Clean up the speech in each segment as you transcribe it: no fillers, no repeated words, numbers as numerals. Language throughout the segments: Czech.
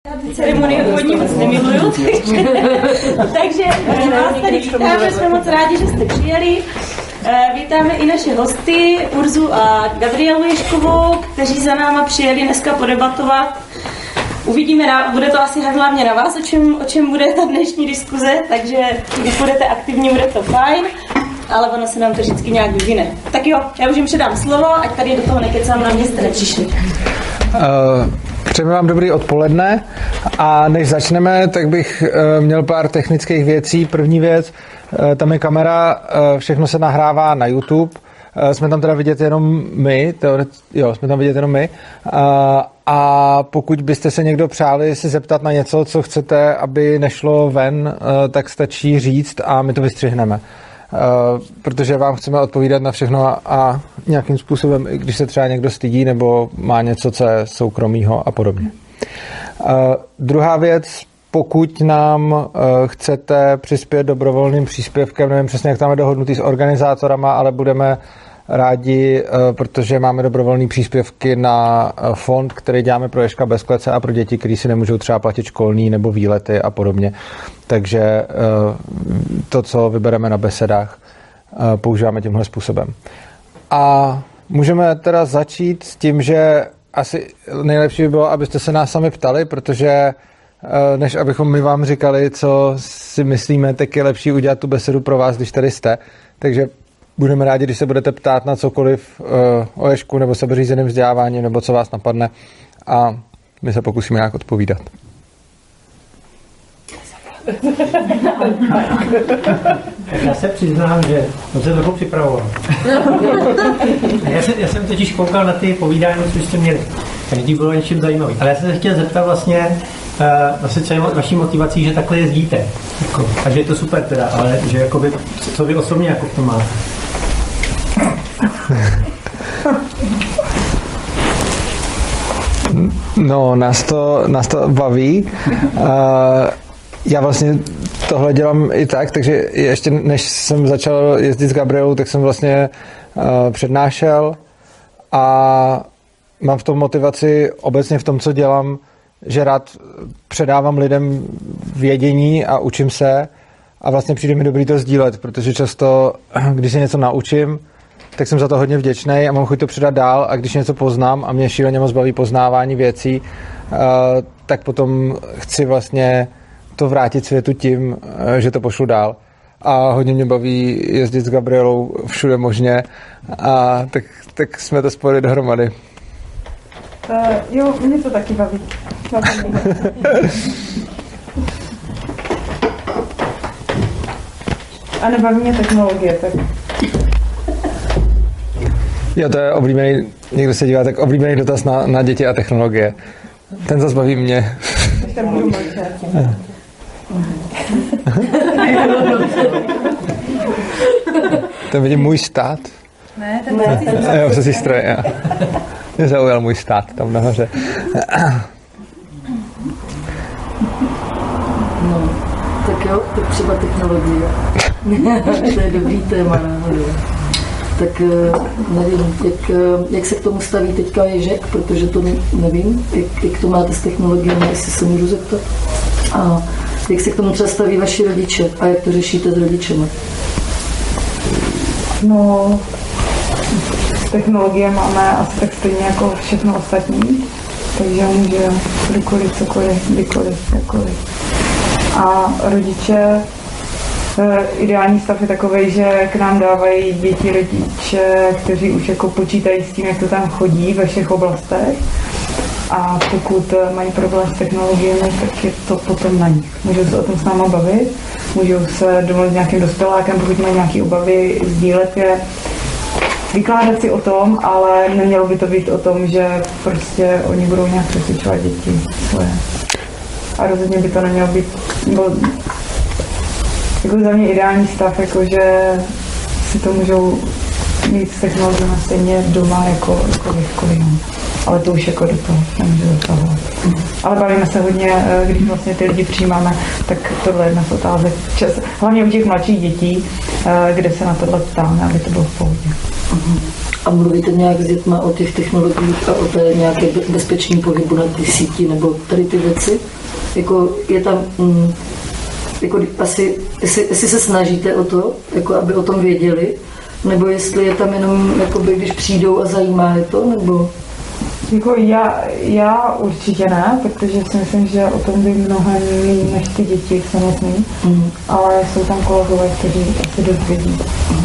Ceremonie úvodní moc nemiluju, takže vás tady vítáme, jsme moc rádi, že jste přijeli. Vítáme i naše hosty, Urzu a Gabrielu Ježkovou, kteří za náma přijeli dneska podebatovat. Uvidíme, bude to asi hlavně na vás, o čem bude ta dnešní diskuze, takže když budete aktivní, bude to fajn, ale ono se nám to vždycky nějak vyvine. Tak jo, já už jim předám slovo, ať tady do toho nekecám, na mě jste nepřišli. Přejeme vám dobrý odpoledne a než začneme, tak bych měl pár technických věcí. První věc, tam je kamera, všechno se nahrává na YouTube, jsme tam teda vidět jenom my, jsme tam vidět jenom my a pokud byste se někdo přáli si zeptat na něco, co chcete, aby nešlo ven, tak stačí říct a my to vystřihneme. Protože vám chceme odpovídat na všechno a nějakým způsobem, i když se třeba někdo stydí nebo má něco, co je soukromýho a podobně. Druhá věc, pokud nám chcete přispět dobrovolným příspěvkem, nevím přesně, jak tam je dohodnutý s organizátorama, ale budeme rádi, protože máme dobrovolné příspěvky na fond, který děláme pro Ježka bez klece a pro děti, kteří si nemůžou třeba platit školní nebo výlety a podobně. Takže to, co vybereme na besedách, používáme tímhle způsobem. A můžeme teda začít s tím, že asi nejlepší by bylo, abyste se nás sami ptali, protože než abychom my vám říkali, co si myslíme, tak je lepší udělat tu besedu pro vás, když tady jste. Takže budeme rádi, když se budete ptát na cokoliv o Ježku nebo sebeřízeném vzdělávání nebo co vás napadne a my se pokusíme nějak odpovídat. Já se přiznám, že jsem se trochu připravoval. Já jsem totiž koukal na ty povídání, co jste měli. Každý bylo něčím zajímavý. Ale já jsem se chtěl zeptat vlastně co je vaší motivací, že takhle jezdíte. A že je to super teda, ale že jakoby, co vy osobně jako v tom máte? No, nás to baví. Já vlastně tohle dělám i tak, takže ještě než jsem začal jezdit s Gabrielou, tak jsem vlastně přednášel a mám v tom motivaci obecně v tom, co dělám, že rád předávám lidem vědění a učím se a vlastně přijde mi dobrý to sdílet, protože často, když se něco naučím, tak jsem za to hodně vděčný a mám chuť to předat dál a když něco poznám a mě šíleně moc baví poznávání věcí, tak potom chci vlastně to vrátit světu tím, že to pošlu dál. A hodně mě baví jezdit s Gabrielou všude možně a tak jsme to spojili dohromady. Jo, mě to taky baví. A nebaví mě technologie, tak... Jo, to je oblíbený, někdo se dívá, tak oblíbený dotaz na děti a technologie. Ten zase baví mě. Ten budu mlčet. Ten vidím můj stát. Ne, ten ne. Jo, se stroje, já. Mě zaujal můj stát tam nahoře. No, tak jo, tak třeba technologie. To je dobrý téma, náhodou. Tak nevím, jak se k tomu staví teďka Ježek, protože to nevím, jak to máte s technologiemi, jestli se můžu zeptat. A jak se k tomu třeba staví vaši rodiče a jak to řešíte s rodičemi? No, technologie máme asi tak stejně jako všechno ostatní, takže může kdykoliv, cokoliv, kdykoliv, jakkoliv. A rodiče, ideální stav je takový, že k nám dávají děti rodiče, kteří už jako počítají s tím, jak to tam chodí ve všech oblastech. A pokud mají problém s technologiemi, tak je to potom na nich. Můžou se o tom s náma bavit, můžou se domluvit s nějakým dospělákem, pokud mají nějaké obavy, sdílet je, vykládat si o tom, ale nemělo by to být o tom, že prostě oni budou nějak přesvědčovat děti svoje. A rozhodně by to nemělo být, jako za mě ideální stav, jakože si to můžou mít s technologiemi stejně doma jako kdykoliv. Ale to už jako do toho nemůžu zasahovat. Ale bavíme se hodně, když vlastně ty lidi přijímáme, tak tohle je jedna z otázek. Hlavně u těch mladších dětí, kde se na tohle ptáme, aby to bylo v pohodě. a mluvíte nějak s dětma o těch technologiích a o té nějaké bezpečné pohybu na ty síti nebo tady ty věci? Jako je tam, jako asi, jestli se snažíte o to, jako aby o tom věděli, nebo jestli je tam jenom, jakoby, když přijdou a zajímá je to, nebo... Jako já určitě ne, protože si myslím, že o tom by mnohem méně než ty děti samotný, ale jsou tam kolegové, kteří asi dost vědí.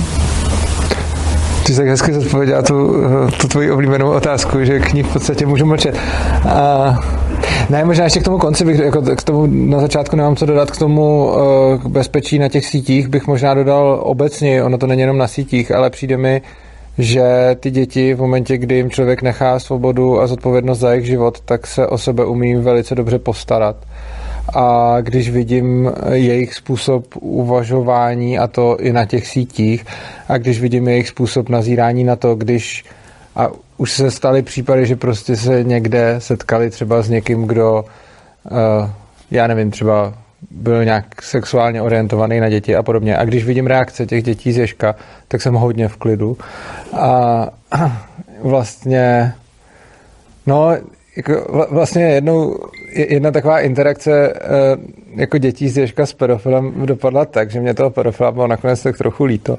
Ty jsi tak hezky zodpověděla tu tvoji oblíbenou otázku, že k ní v podstatě můžu mlčet. Ne, možná ještě k tomu konci bych, jako k tomu na začátku nemám co dodat, k tomu k bezpečí na těch sítích bych možná dodal obecně, ono to není jenom na sítích, ale přijde mi, že ty děti v momentě, kdy jim člověk nechá svobodu a zodpovědnost za jejich život, tak se o sebe umí velice dobře postarat. A když vidím jejich způsob uvažování, a to i na těch sítích, a když vidím jejich způsob nazírání na to, když, a už se staly případy, že prostě se někde setkali třeba s někým, kdo, já nevím, třeba byl nějak sexuálně orientovaný na děti a podobně. A když vidím reakce těch dětí z Ježka, tak jsem hodně v klidu. A vlastně, no, jako vlastně jedna taková interakce jako dětí z Ježka s pedofilem dopadla tak, že mě toho pedofila bylo nakonec tak trochu líto.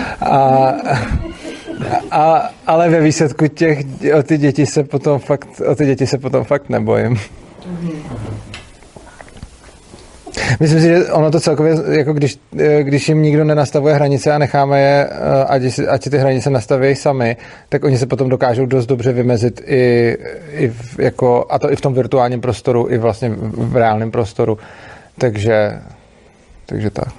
Ale ve výsledku o ty děti se potom fakt nebojím. Myslím si, že ono to celkově, jako když jim nikdo nenastavuje hranice a necháme je, ať ty hranice nastaví sami, tak oni se potom dokážou dost dobře vymezit jako, a to i v tom virtuálním prostoru, i vlastně v reálném prostoru. Takže tak.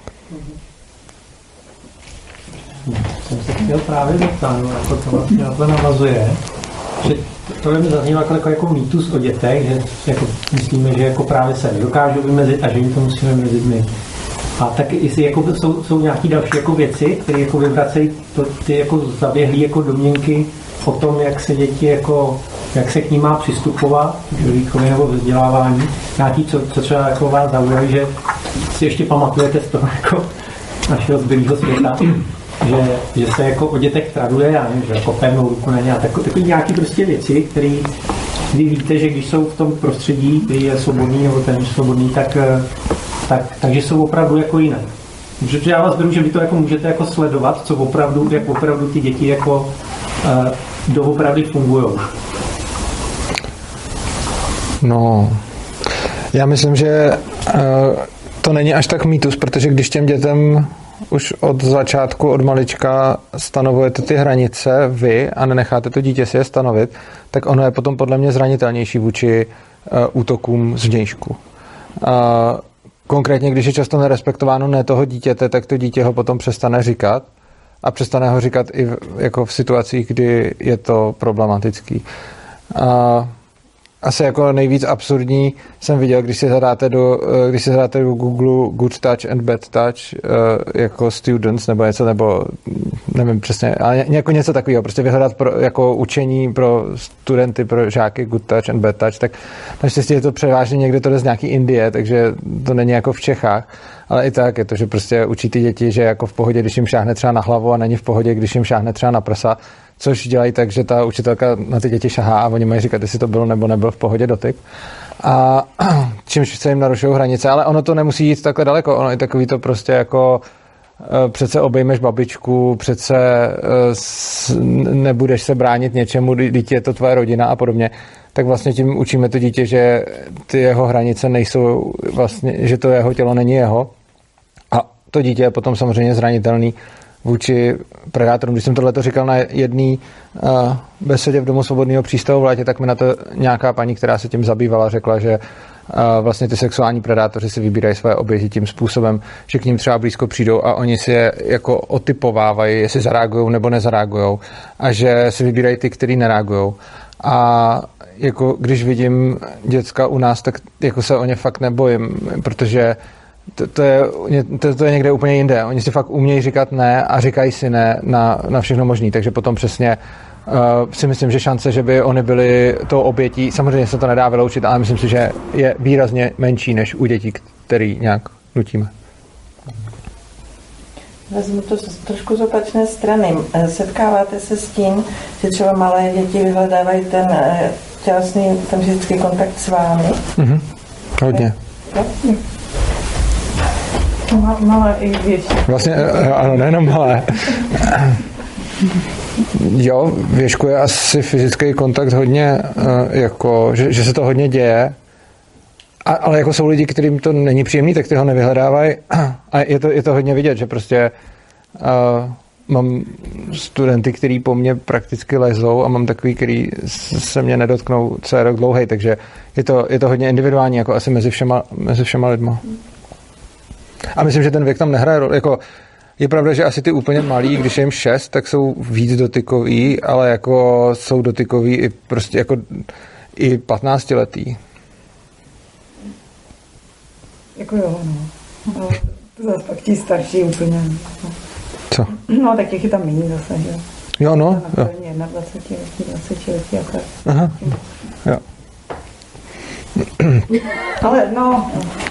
Jsem se chtěl právě zeptat, jako to vlastně na to navazuje, že to mi zaznělo jako mýtus o dětech, že jako myslíme, že jako právě se nedokážou vymezit a že jim to musíme vymezit my. A tak jestli jako jsou nějaké další jako věci, které jako vyvracejí ty jako zaběhlé jako domněnky o tom, jak se děti jako, jak se k ním má přistupovat v výchově nebo ve vzdělávání. Nějaký, co třeba jako vás zaujaví, že si ještě pamatujete z toho jako našeho zbylého světa, že se jako o dětech traduje, já nevím, že jako pevnou ruku na ně a takový nějaký prostě věci, které vy víte, že když jsou v tom prostředí, který je svobodný nebo ten svobodný, takže jsou opravdu jako jiné. Protože já vás beru, že vy to jako můžete jako sledovat, co opravdu, jak opravdu ty děti jako doopravdy fungujou. No, já myslím, že to není až tak mýtus, protože když těm dětem už od začátku, od malička stanovujete ty hranice vy a nenecháte to dítě si je stanovit, tak ono je potom podle mě zranitelnější vůči útokům zvnějšku. Konkrétně, když je často nerespektováno ne toho dítěte, tak to dítě ho potom přestane říkat a přestane ho říkat i jako v situacích, kdy je to problematický. Asi jako nejvíc absurdní jsem viděl, když si zadáte do Google Good Touch and Bad Touch jako students nebo něco, nebo nevím přesně, ale jako něco takového, prostě vyhledat jako učení pro studenty, pro žáky Good Touch and Bad Touch, tak naštěstí je to převážně někde to jde z nějaký Indie, takže to není jako v Čechách, ale i tak je to, že prostě učí ty děti, že jako v pohodě, když jim šáhne třeba na hlavu a není v pohodě, když jim šáhne třeba na prsa, což dělají tak, že ta učitelka na ty děti šahá a oni mají říkat, jestli to bylo nebo nebyl v pohodě dotyk. A čímž se jim narušují hranice, ale ono to nemusí jít takhle daleko, ono je takový to prostě jako přece obejmeš babičku, přece nebudeš se bránit něčemu, dítě je to tvoje rodina a podobně, tak vlastně tím učíme to dítě, že ty jeho hranice nejsou vlastně, že to jeho tělo není jeho a to dítě je potom samozřejmě zranitelný vůči predátorům. Když jsem tohleto říkal na jedné besedě v Domu svobodného přístavu v létě, tak mi na to nějaká paní, která se tím zabývala, řekla, že vlastně ty sexuální predátoři si vybírají své oběti tím způsobem, že k ním třeba blízko přijdou a oni si je jako otypovávají, jestli zareagují nebo nezareagují a že si vybírají ty, který nereagují. A jako když vidím děcka u nás, tak jako se o ně fakt nebojím, protože to je někde úplně jinde. Oni si fakt umějí říkat ne a říkají si ne na všechno možný, takže potom přesně si myslím, že šance, že by oni byli tou obětí, samozřejmě se to nedá vyloučit, ale myslím si, že je výrazně menší než u dětí, který nějak nutíme. Vezmu to trošku z opačné strany. Setkáváte se s tím, že třeba malé děti vyhledávají ten tělesný, ten fyzický kontakt s vámi? Mhm. Hodně. Malé i větší. Vlastně, ano, nejenom malé. Jo, Věšku je asi fyzický kontakt hodně, jako, že se to hodně děje, ale jako jsou lidi, kterým to není příjemný, tak ty ho nevyhledávají a je to hodně vidět, že prostě mám studenty, který po mně prakticky lezou a mám takový, který se mě nedotknou, co je rok dlouhej, takže je to hodně individuální, jako asi mezi všema lidma. A myslím, že ten věk tam nehraje roli, jako je pravda, že asi ty úplně malí, když je jim 6, tak jsou víc dotykový, ale jako jsou dotykový i prostě jako i 15letý. Jako jo, no. Zase pak ti starší úplně. Co? No, tak těch je tam méně zase, že jo. Jo, no. Jo. 21 letí, 20 letí a tak. Aha, jo. Ale no.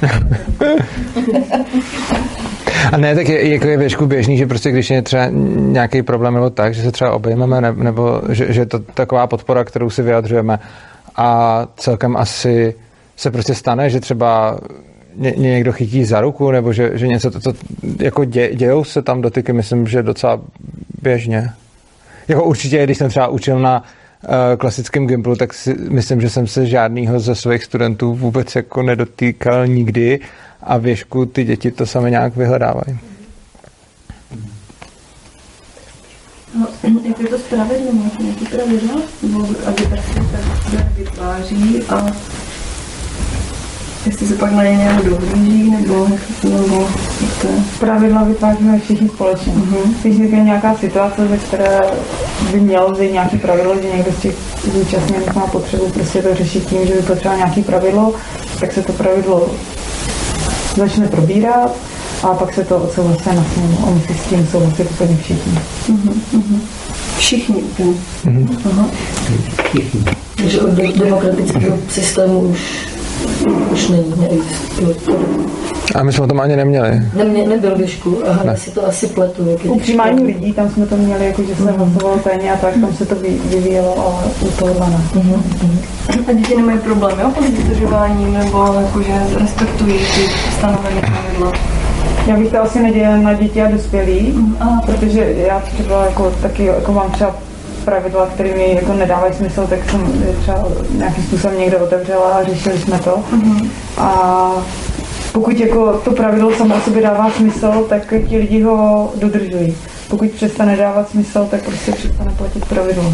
A ne, tak je Věšku běžný, že prostě když je třeba nějaký problém nebo tak, že se třeba obejmeme, nebo že je to taková podpora, kterou si vyjadřujeme a celkem asi se prostě stane, že třeba někdo chytí za ruku, nebo že něco, jako dějou se tam dotyky, myslím, že docela běžně. Jako určitě, když jsem třeba učil na klasickém Gimplu, tak si myslím, že jsem se žádnýho ze svých studentů vůbec jako nedotýkal nikdy a Věšku ty děti to sami nějak vyhledávají. No, jak je to spravedlivé, nějaký pravidla? Agitace tak vytváří a jestli se pak na ně nějak dohlíží, nebo jak to je? Pravidla vytváříme všichni společně. Když je nějaká situace, ze které by měl být nějaký pravidlo, že někdo z těch zúčastněných má potřebu prostě to řešit tím, že by potřeboval nějaký pravidlo, tak se to pravidlo začne probírat a pak se to odsouhlasí na sněmu a musí s tím souhlasit úplně všichni. Všichni úplně. Takže od demokratického systému už neexistuje. A my jsme to ani neměli. Nebyl Věšku, aha, ne. Si to asi pletu. U přijímání lidí, tam jsme to měli, jako, že se hlasovalo tajně a tak, tam se to vyvíjelo, ale u tohohle ne. A děti nemají problém, jo, s dodržováním, nebo jakože respektují ty stanovené pravidla? Já bych to asi nedělala na děti a dospělí, protože já třeba jako, taky jako mám třeba pravidla, které mi jako nedávají smysl, tak jsem třeba nějakým způsobem někde otevřela a řešili jsme to. A pokud jako to pravidlo samo o sobě dává smysl, tak ti lidi ho dodržují. Pokud přestane dávat smysl, tak prostě přestane platit pravidlo.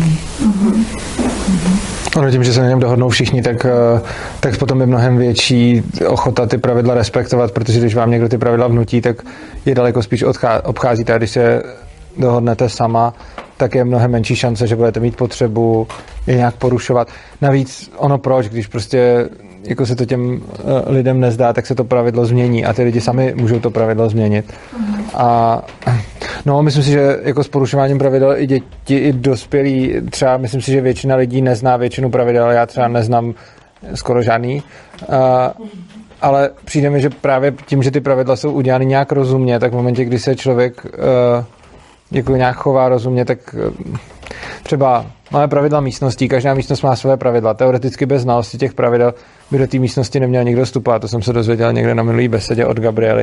Ono tím, že se na něm dohodnou všichni, tak potom je mnohem větší ochota ty pravidla respektovat, protože když vám někdo ty pravidla vnutí, tak je daleko spíš obcházíte a když se dohodnete sama, tak je mnohem menší šance, že budete mít potřebu je nějak porušovat. Navíc ono proč, když prostě jako se to těm lidem nezdá, tak se to pravidlo změní a ty lidi sami můžou to pravidlo změnit. A no, myslím si, že jako s porušováním pravidel i děti, i dospělí, třeba myslím si, že většina lidí nezná většinu pravidel, já třeba neznám skoro žádný, ale přijde mi, že právě tím, že ty pravidla jsou udělány nějak rozumně, tak v momentě, kdy se člověk jako nějak chová rozumně, tak třeba máme pravidla místností, každá místnost má své pravidla. Teoreticky bez znalosti těch pravidel by do té místnosti neměl nikdo vstupovat. To jsem se dozvěděl někde na minulý besedě od Gabriely.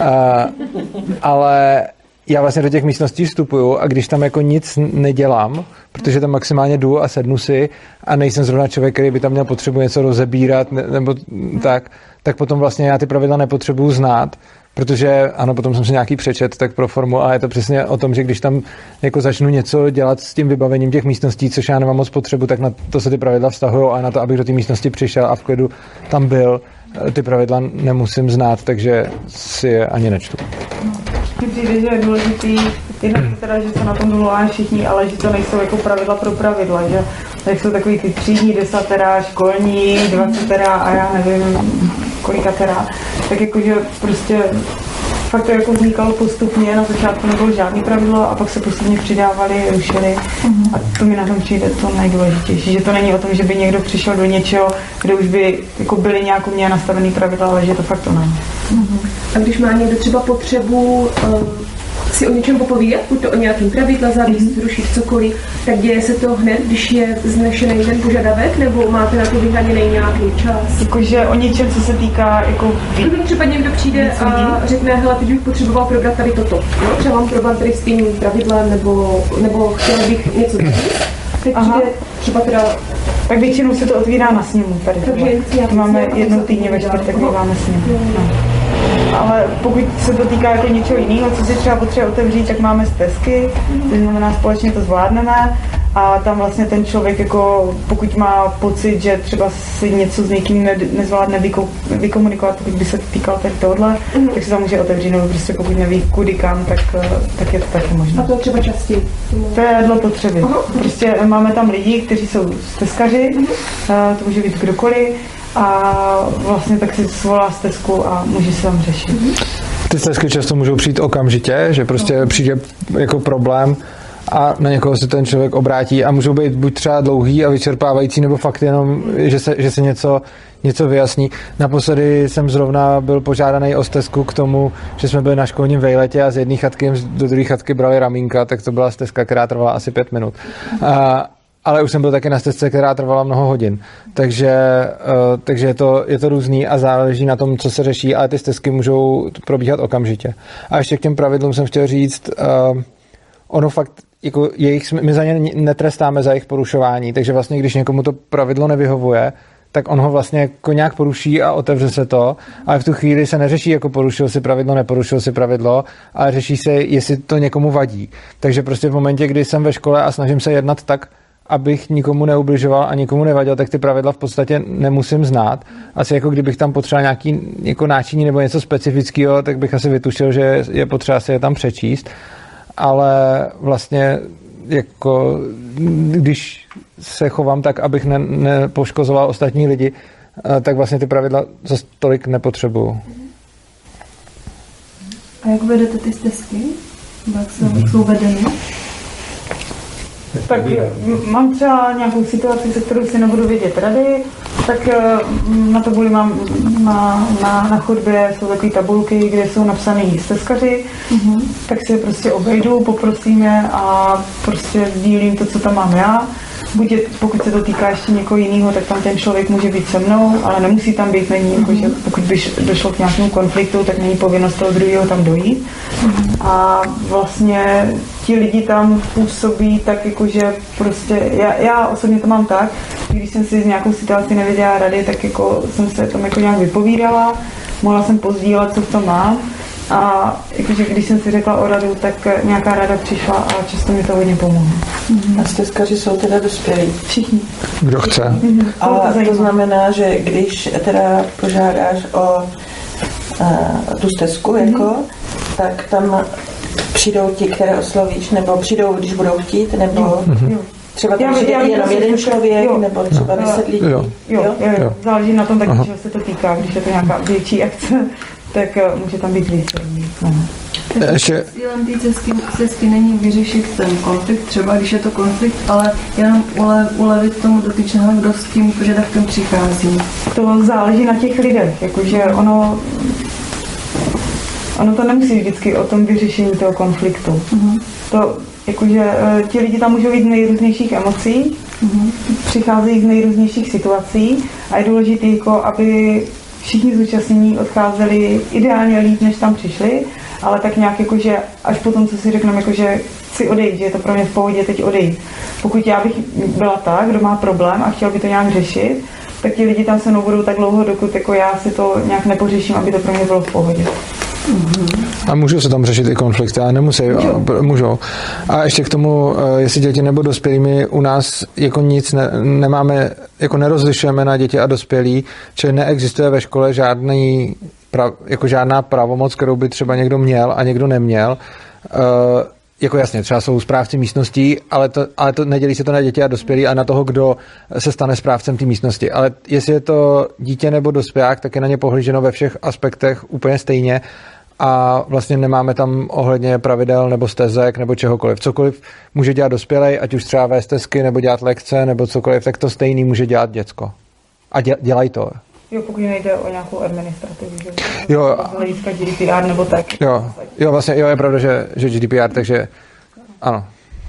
Ale já vlastně do těch místností vstupuju a když tam jako nic nedělám, protože tam maximálně jdu a sednu si a nejsem zrovna člověk, který by tam měl potřebu něco rozebírat nebo tak potom vlastně já ty pravidla nepotřebuju znát, protože ano, potom jsem si nějaký přečet, tak pro formu, a je to přesně o tom, že když tam jako začnu něco dělat s tím vybavením těch místností, což já nemám moc potřebu, tak na to se ty pravidla vztahují a na to, abych do té místnosti přišel a v klidu tam byl, ty pravidla nemusím znát, takže si je ani nečtu. Mně přijde, že je důležitý, jednak teda, že se na tom domluváme všichni, ale že to nejsou jako pravidla pro pravidla, že jsou takový ty třídní, desatera, školní, 20 a já nevím kolikatera, tak jakože prostě fakt to jako vznikalo postupně, na začátku nebylo žádný pravidlo a pak se postupně přidávali, rušili a to mi na tom přijde to nejdůležitější, že to není o tom, že by někdo přišel do něčeho, kde už by jako byly nějak u mě nastavený pravidla, ale že to fakt to ne. A když má někdo třeba potřebu si o něčem popovídat, buď to o nějakým pravidla, zavést, zrušit cokoliv, tak děje se to hned, když je vznešený ten požadavek, nebo máte na to vyhraněný nějaký čas? Jakože o něčem, co se týká jako Třeba někdo přijde a řekne, hele, teď bych potřeboval probrat tady toto. No, třeba mám problém tady s tím pravidlem, nebo chtěl bych něco říct. Teď přijde třeba teda... Tak většinou se to otvírá na sněmu tady. Takže to máme jednou týdně ve čtvrtek, máme sněmu. No. Ale pokud se to týká jako něčeho jiného, co si třeba potřebuje otevřít, tak máme stezky, to znamená společně to zvládneme a tam vlastně ten člověk jako pokud má pocit, že třeba si něco s někým nezvládne vykomunikovat, pokud by se týkal tady tohle, tak se tam může otevřít, nebo prostě pokud neví kudy kam, tak je to taky možné. A to je třeba častěji? To je dle potřeby. Prostě máme tam lidi, kteří jsou stezkaři, to může být kdokoliv, a vlastně tak si svolá stezku a může se tam řešit. Ty stezky často můžou přijít okamžitě, že prostě přijde jako problém a na někoho se ten člověk obrátí a můžou být buď třeba dlouhý a vyčerpávající, nebo fakt jenom, že se něco vyjasní. Naposledy jsem zrovna byl požádaný o stezku k tomu, že jsme byli na školním vejletě a z jedné chatky do druhé chatky brali ramínka, tak to byla stezka, která trvala asi 5 minut. Ale už jsem byl taky na stezce, která trvala mnoho hodin. Takže je to různý a záleží na tom, co se řeší, ale ty stezky můžou probíhat okamžitě. A ještě k těm pravidlům jsem chtěl říct, ono fakt, jako my za ně netrestáme za jejich porušování, takže vlastně, když někomu to pravidlo nevyhovuje, tak on ho vlastně jako nějak poruší a otevře se to, ale v tu chvíli se neřeší, jako porušil si pravidlo, neporušil si pravidlo, ale řeší se, jestli to někomu vadí. Takže prostě v momentě, kdy jsem ve škole a snažím se jednat tak, abych nikomu neubližoval a nikomu nevadil, tak ty pravidla v podstatě nemusím znát. Asi jako kdybych tam potřeboval nějaký jako náčiní nebo něco specifického, tak bych asi vytušil, že je potřeba si je tam přečíst. Ale vlastně jako když se chovám tak, abych nepoškozoval ostatní lidi, tak vlastně ty pravidla zase tolik nepotřebuju. A jak vedete ty stezky? Jak jsou vedeny? Tak mám třeba nějakou situaci, se kterou si nebudu vědět rady, tak na tabuli mám na chodbě jsou takové tabulky, kde jsou napsané stezkaři, tak si je prostě obejdu, poprosím je a prostě sdílím to, co tam mám já. Pokud se to týká ještě někoho jiného, tak tam ten člověk může být se mnou, ale nemusí tam být, není jakože, pokud by došlo k nějakému konfliktu, tak není povinnost toho druhého tam dojít. A vlastně ti lidi tam působí tak jakože prostě, já osobně to mám tak, když jsem si z nějakou situaci nevěděla rady, tak jako jsem se tam jako nějak vypovídala, mohla jsem pozdílet, co v tom mám. A jakože když jsem si řekla o radu, tak nějaká rada přišla a často mi to hodně pomohlo. A stezkaři jsou teda dospělí? Všichni. Kdo chce. A to znamená, že když teda požádáš o tu stezku, jako, tak tam přijdou ti, které oslovíš, nebo přijdou, když budou chtít, nebo... Třeba tam přijde jenom jeden člověk, nebo třeba 10 lidí. Jo. Záleží na tom taky, čeho se to týká. Když je to nějaká větší akce, tak může tam být víc lidí. Cílem té cesty není vyřešit ten konflikt, třeba když je to konflikt, ale jenom ulevit tomu dotyčného, kdo s tím požadavkem přichází. To záleží na těch lidech, jakože ono to nemusí vždycky o tom vyřešení toho konfliktu. To jakože ti lidi tam můžou být z nejrůznějších emocí, přicházejí z nejrůznějších situací a je důležité, jako, aby všichni zúčastnění odcházeli ideálně líp, než tam přišli, ale tak nějak jakože až potom, co si řekneme, jakože chci odejít, že je to pro mě v pohodě teď odejít. Pokud já bych byla ta, kdo má problém a chtěl by to nějak řešit, tak ti lidi tam se mnou budou tak dlouho, dokud jako já si to nějak nepořeším, aby to pro mě bylo v pohodě. A můžou se tam řešit i konflikty, ale nemusí. Můžou. A ještě k tomu, jestli děti nebo dospělí, my u nás jako nic nemáme, jako nerozlišujeme na děti a dospělí, čili neexistuje ve škole žádná pravomoc, kterou by třeba někdo měl a někdo neměl. Jako jasně, třeba jsou správci místností, ale to nedělí se to na děti a dospělí a na toho, kdo se stane správcem té místnosti. Ale jestli je to dítě nebo dospělák, tak je na ně pohlíženo ve všech aspektech úplně stejně a vlastně nemáme tam ohledně pravidel nebo stezek nebo čehokoliv. Cokoliv může dělat dospělej, ať už třeba vést stezky nebo dělat lekce nebo cokoliv, tak to stejný může dělat děcko. A dělají to. Jo, pokud nejde o nějakou administrativu, že Jo. z hlediska GDPR nebo tak. Jo, vlastně je pravda, že GDPR, takže ano.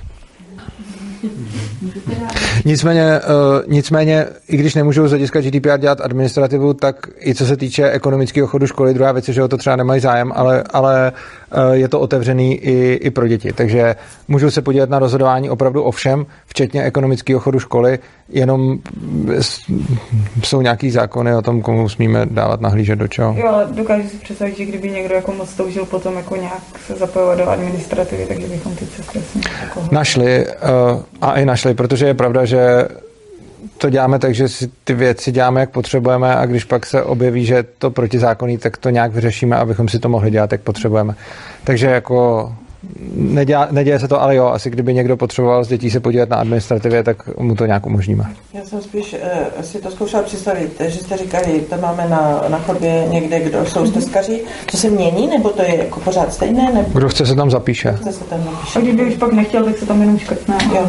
Nicméně, i když nemůžou z hlediska GDPR dělat administrativu, tak i co se týče ekonomického chodu školy, druhá věc je, že o to třeba nemají zájem, ale je to otevřený i pro děti. Takže můžou se podívat na rozhodování opravdu o všem, včetně ekonomického chodu školy, jenom jsou nějaký zákony o tom, komu smíme dávat nahlížet do čeho. Jo, ale dokážu si představit, že kdyby někdo jako moc toužil potom jako nějak se zapojovat do administrativy, takže bychom ty cesty jako našli, protože je pravda, že to děláme tak, že si ty věci děláme, jak potřebujeme, a když pak se objeví, že je to protizákonný, tak to nějak vyřešíme, abychom si to mohli dělat, jak potřebujeme. Takže jako neděje se to, ale jo, asi kdyby někdo potřeboval z dětí se podívat na administrativě, tak mu to nějak umožníme. Já jsem spíš si to zkoušela představit, že jste říkali, to máme na chodbě někde, kdo jsou stezkaři, to se mění, nebo to je jako pořád stejné? Nebo... Kdo chce se tam zapíše. A kdyby už pak nechtěl, tak se tam jenom škrtne. Jo.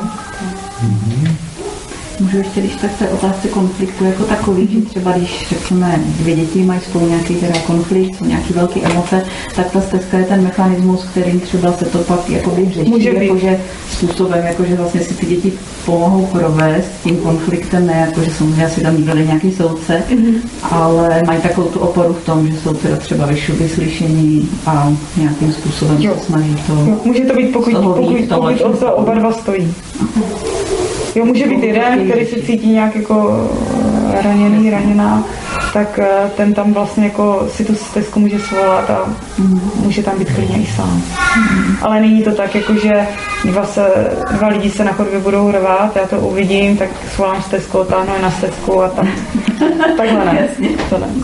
Můžu ještě, když tak té otázce konfliktu jako takový, že třeba když řekněme, dvě děti mají spolu nějaký teda konflikt, jsou nějaký velký emoce, tak ta stezka je ten mechanismus, kterým třeba se to pak jakoby řeší, jakože způsobem, jakože vlastně si ty děti pomohou provést tím konfliktem, ne jakože samozřejmě si tam vybrali nějaký soudce, ale mají takovou tu oporu v tom, že jsou teda třeba vyslyšení a nějakým způsobem se snaží to. Jo, může to být, pokud o to oba dva stojí. Jo, může být jeden, který se cítí nějak jako raněná, tak ten tam vlastně jako si tu stezku může svolat a může tam být klidně i sám. Ale není to tak, jako že dva lidi se na chodbě budou rvát, já to uvidím, tak svolám stezku, táhnu je na stezku a tam takhle ne. To ne.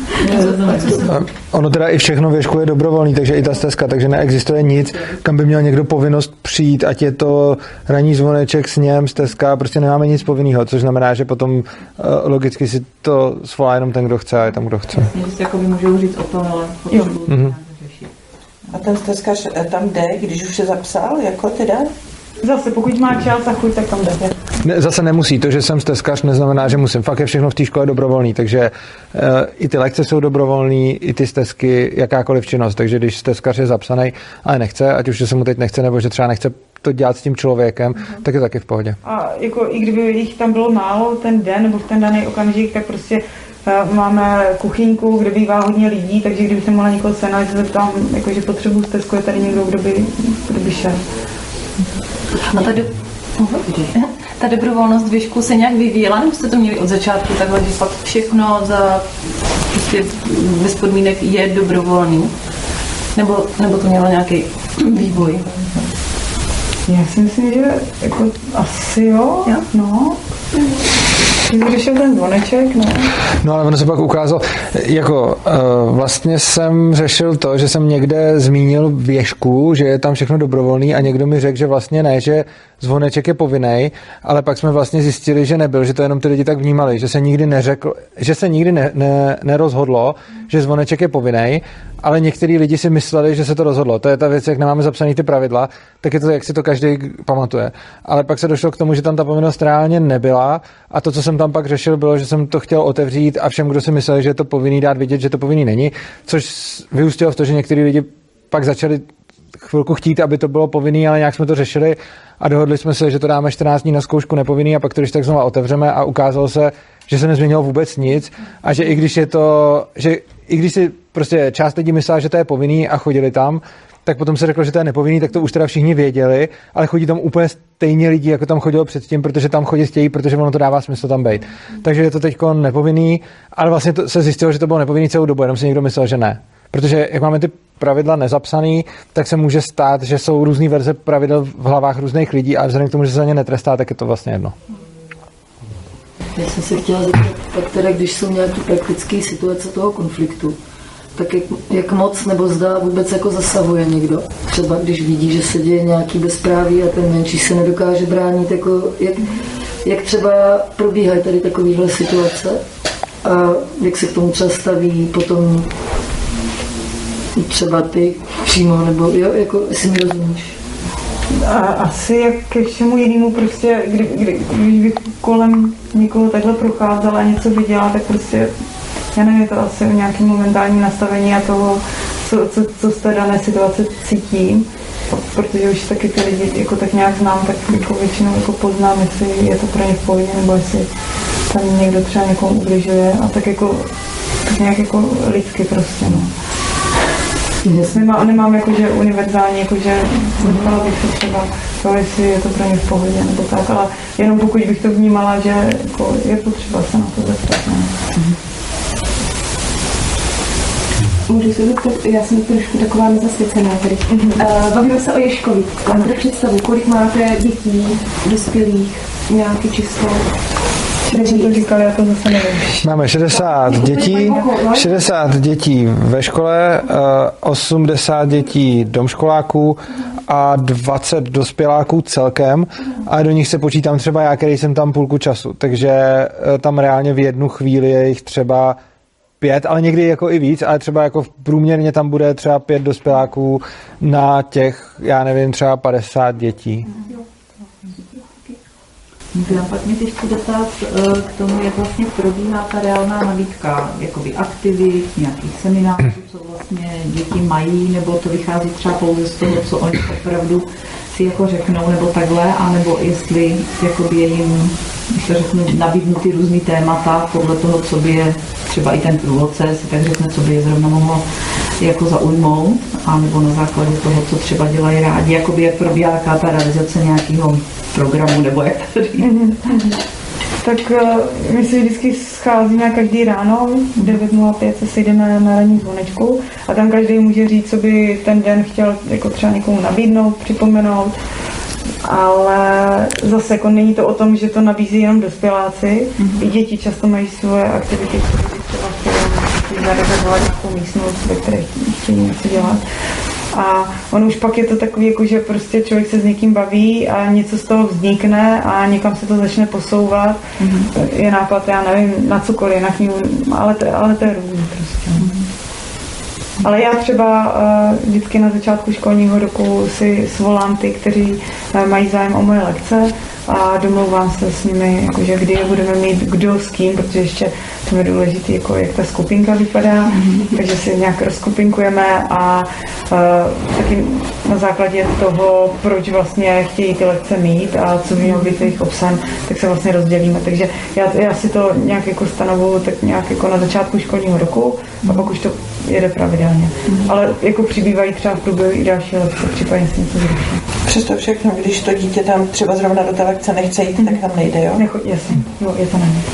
Ono teda i všechno ve škole je dobrovolný, takže i ta stezka, takže neexistuje nic, kam by měl někdo povinnost přijít, ať je to ranní zvoneček, sněm, stezka, prostě nemáme nic povinného, což znamená, že potom logicky si to svolá jenom ten, kdo chce, a je tam, kdo chce. Vlastně jako by můžou říct o tom, ale potřebuji to nějak řešit. A ten stezkař tam jde, když už se zapsal, jako teda? Zase, pokud má čas a chuť, tak tam jde. Ne, zase nemusí. To, že jsem stezkař, neznamená, že musím. Fakt je všechno v té škole dobrovolný, takže i ty lekce jsou dobrovolný, i ty stezky, jakákoliv činnost. Takže když stezkař je zapsaný, ale nechce, ať už se mu teď nechce, nebo že třeba nechce to dělat s tím člověkem, tak je taky v pohodě. A jako i kdyby jich tam bylo málo ten den nebo v ten daný okamžik, tak prostě máme kuchyňku, kde bývá hodně lidí, takže kdyby jsem mohla někoho sehnat, že tam jakože potřebuji stezku, je tady někdo, kdo by šel. A ta dobrovolnost věšku se nějak vyvíjela, nebo jste to měli od začátku takhle, že fakt všechno za prostě bez podmínek je dobrovolný? Nebo to mělo nějaký vývoj? Já si myslím, že jako asi jo. No. Když řešil ten zvoneček, no. No ale ono se pak ukázalo, jako vlastně jsem řešil to, že jsem někde zmínil věšku, že je tam všechno dobrovolný a někdo mi řekl, že vlastně ne, že zvoneček je povinný, ale pak jsme vlastně zjistili, že nebyl, že to jenom ty lidi tak vnímali, že se nikdy neřekl, že se nikdy nerozhodlo, že zvoneček je povinný, ale některý lidi si mysleli, že se to rozhodlo. To je ta věc, jak nemáme zapsaný ty pravidla, tak je to, jak si to každý pamatuje. Ale pak se došlo k tomu, že tam ta povinnost reálně nebyla a to, co jsem tam pak řešil, bylo, že jsem to chtěl otevřít a všem, kdo si mysleli, že je to povinný, dát vidět, že to povinný není, což vyústilo v to, že některý lidi pak začali chvilku chtít, aby to bylo povinný, ale nějak jsme to řešili a dohodli jsme se, že to dáme 14 dní na zkoušku nepovinný a pak to když tak znovu otevřeme a ukázalo se, že se nezměnilo vůbec nic a že i když je to, že i když si prostě část lidí myslela, že to je povinný a chodili tam, tak potom se řeklo, že to je nepovinný, tak to už teda všichni věděli, ale chodí tam úplně stejně lidi, jako tam chodilo předtím, protože tam chodit chtějí, protože ono to dává smysl tam být. Takže je to teďko nepovinný, ale vlastně to se zjistilo, že to bylo nepovinný celou dobu, jenom si někdo myslel, že ne. Protože jak máme ty pravidla nezapsaný, tak se může stát, že jsou různý verze pravidel v hlavách různých lidí a vzhledem k tomu, že se za ně netrestá, tak je to vlastně jedno. Já jsem se chtěla zeptat, tak teda, když jsou nějaké praktické situace toho konfliktu, tak jak moc nebo zdá vůbec jako zasahuje někdo? Třeba když vidí, že se děje nějaký bezpráví a ten menší se nedokáže bránit, jako jak třeba probíhají tady takovéhle situace a jak se k tomu třeba staví potom třeba ty přímo, nebo jo, jako jestli mi rozumíš. A asi jak ke všemu jinému prostě, když bych kolem někoho takhle procházela a něco viděla, tak prostě já nevím, je to asi o nějakém momentálním nastavení a toho, co z té dané situace cítím, protože už taky ty lidi jako tak nějak znám, tak jako většinou jako poznám, jestli je to pro ně v pohodě, nebo jestli tam někdo třeba někomu ubližuje a tak jako tak nějak jako lidsky prostě, no. Nemám jakože univerzální, jakože zeptala bych se třeba to, jestli je to pro ně v pohodě nebo tak, ale jenom pokud bych to vnímala, že jako je potřeba se na to zeptat. Ne? Můžu se zeptat, já jsem trošku taková nezasvěcená tady. Bavíme se o Ježkovi. Máte představu, kolik máte dětí, dospělých, nějaké číslo? To říkali, já to zase nevím. Máme 60 dětí ve škole, 80 dětí domškoláků a 20 dospěláků celkem a do nich se počítám třeba já, který jsem tam půlku času, takže tam reálně v jednu chvíli je jich třeba 5, ale někdy jako i víc, ale třeba jako průměrně tam bude třeba 5 dospěláků na těch, já nevím, třeba 50 dětí. Já pak mě teď chci dotát k tomu, jak vlastně probíhá ta reálná nabídka jakoby aktivit, nějakých seminářů, co vlastně děti mají, nebo to vychází třeba pouze z toho, co oni opravdu si jako řeknou, nebo takhle, anebo jestli jakoby je jim, když to řeknu, nabídnutý různý témata podle toho, co by je třeba i ten průvodce, si tak řekne, co by je zrovna mohlo jako zaujmout, anebo na základě toho, co třeba dělají rádi, jakoby jak probíhá taká ta realizace nějakého programu, nebo jak to říct. Tak my si vždycky scházíme každý ráno, v 9:05 se sejdeme na ranní zvonečku a tam každý může říct, co by ten den chtěl jako třeba někomu nabídnout, připomenout, ale zase jako není to o tom, že to nabízí jenom dospěláci, i děti často mají svoje aktivity, které by třeba chtěli zarezervovat nějakou místnost, ve které chtějí něco dělat. A on už pak je to takový, jako že prostě člověk se s někým baví a něco z toho vznikne a někam se to začne posouvat. Je nápad, já nevím, na cokoliv, na knihu, ale to je různý prostě. Ale já třeba vždycky na začátku školního roku si svolám ty, kteří mají zájem o moje lekce a domlouvám se s nimi, jakože kdy je budeme mít kdo s kým, protože ještě to je důležité, jako jak ta skupinka vypadá, takže si nějak rozkupinkujeme a taky na základě toho, proč vlastně chtějí ty lekce mít a co by mělo být jejich obsahem, tak se vlastně rozdělíme. Takže já si to nějak jako stanovuju tak nějak jako na začátku školního roku a pak už to jede pravidelně. Ale jako přibývají třeba v průběhu i další lekce, případně si něco zruší. Přesto všechno, když to dítě tam třeba zrovna do té lekce nechce jít, tak tam nejde, jo? Jasně, jo, je to nejde.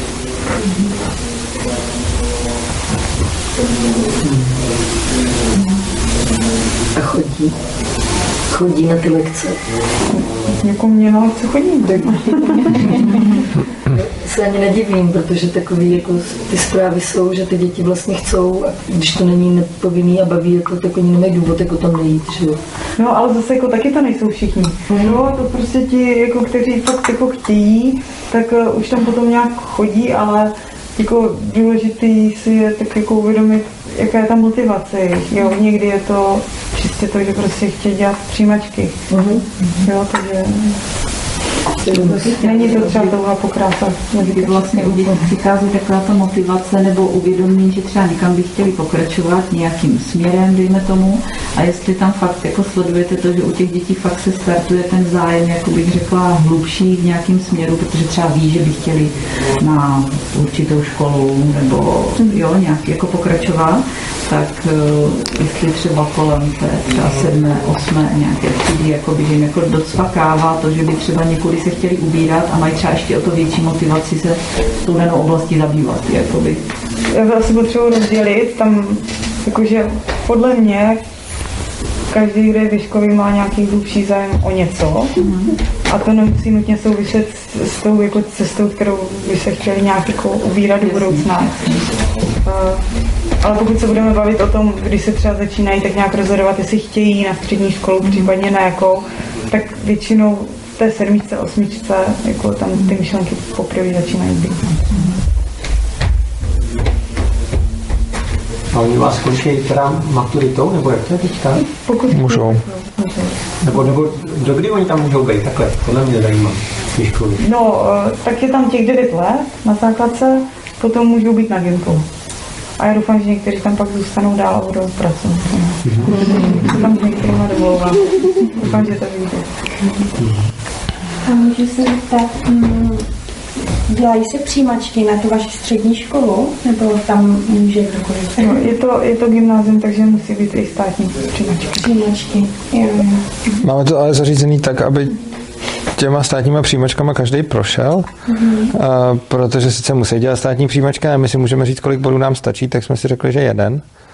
A chodí na ty lekce. Jako mě na lekce chodí. Se ani nedivím, protože takový jako ty zprávy jsou, že ty děti vlastně chcou a když to není nepovinný a baví je to, tak oni nemají důvod jako tam nejít, že jo. No ale zase jako taky to nejsou všichni. No to prostě ti, jako, kteří fakt jako chtějí, tak už tam potom nějak chodí, ale jako důležitý si je tak jako uvědomit, jaká je ta motivace. Jo, někdy je to čistě to, že prostě chtějí dělat přijímačky. Jo, takže není to třeba touha po krásách. Kdy vlastně u dětí přichází taková ta motivace nebo uvědomění, že třeba někam by chtěli pokračovat nějakým směrem, dejme tomu, a jestli tam fakt jako sledujete to, že u těch dětí fakt se startuje ten zájem, jako bych řekla, hlubší v nějakém směru, protože třeba ví, že by chtěli na určitou školu nebo jo, nějak jako pokračovat, tak jestli třeba kolem té třeba 7., 8. nějaké třídy, jakoby, že jim jako docvakává to, že by třeba někudy se chtěli ubírat a mají třeba ještě o to větší motivaci se s tou danou oblastí zabývat. Jakoby. Já to asi potřebuji rozdělit, tam jakože podle mě každý, kdo je ve škole, má nějaký hlubší zájem o něco a to nemusí nutně souviset s tou jako cestou, kterou by se chtěli nějak jako ubírat do budoucna. Ale pokud se budeme bavit o tom, když se třeba začínají tak nějak rozhodovat, jestli chtějí na střední školu, případně na jakou, tak většinou v té 7., 8. jako tam ty myšlenky poprvé začínají být. A oni vás skončí teda maturitou, nebo jak to je teďka? Pokud můžou. Nebo dokdy oni tam můžou být? Takhle, tohle mě zajímá. Ty školy. No, tak je tam těch 9 let na základce, potom můžou být na gymku. A já doufám, že někteří tam pak zůstanou dál a budou pracovat. To tam s některýma dovolovat. Doufám, že to vyjde. A můžu se zeptat, dělají se přijímačky na tu vaši střední školu, nebo tam může kdokoliv? No, je to gymnázium, takže musí být i státní přijímačky. Jo. Máme to ale zařízený tak, aby těma státníma přijímačkama každý prošel, protože sice musí dělat státní přijímačky, a my si můžeme říct, kolik bodů nám stačí, tak jsme si řekli, že 1.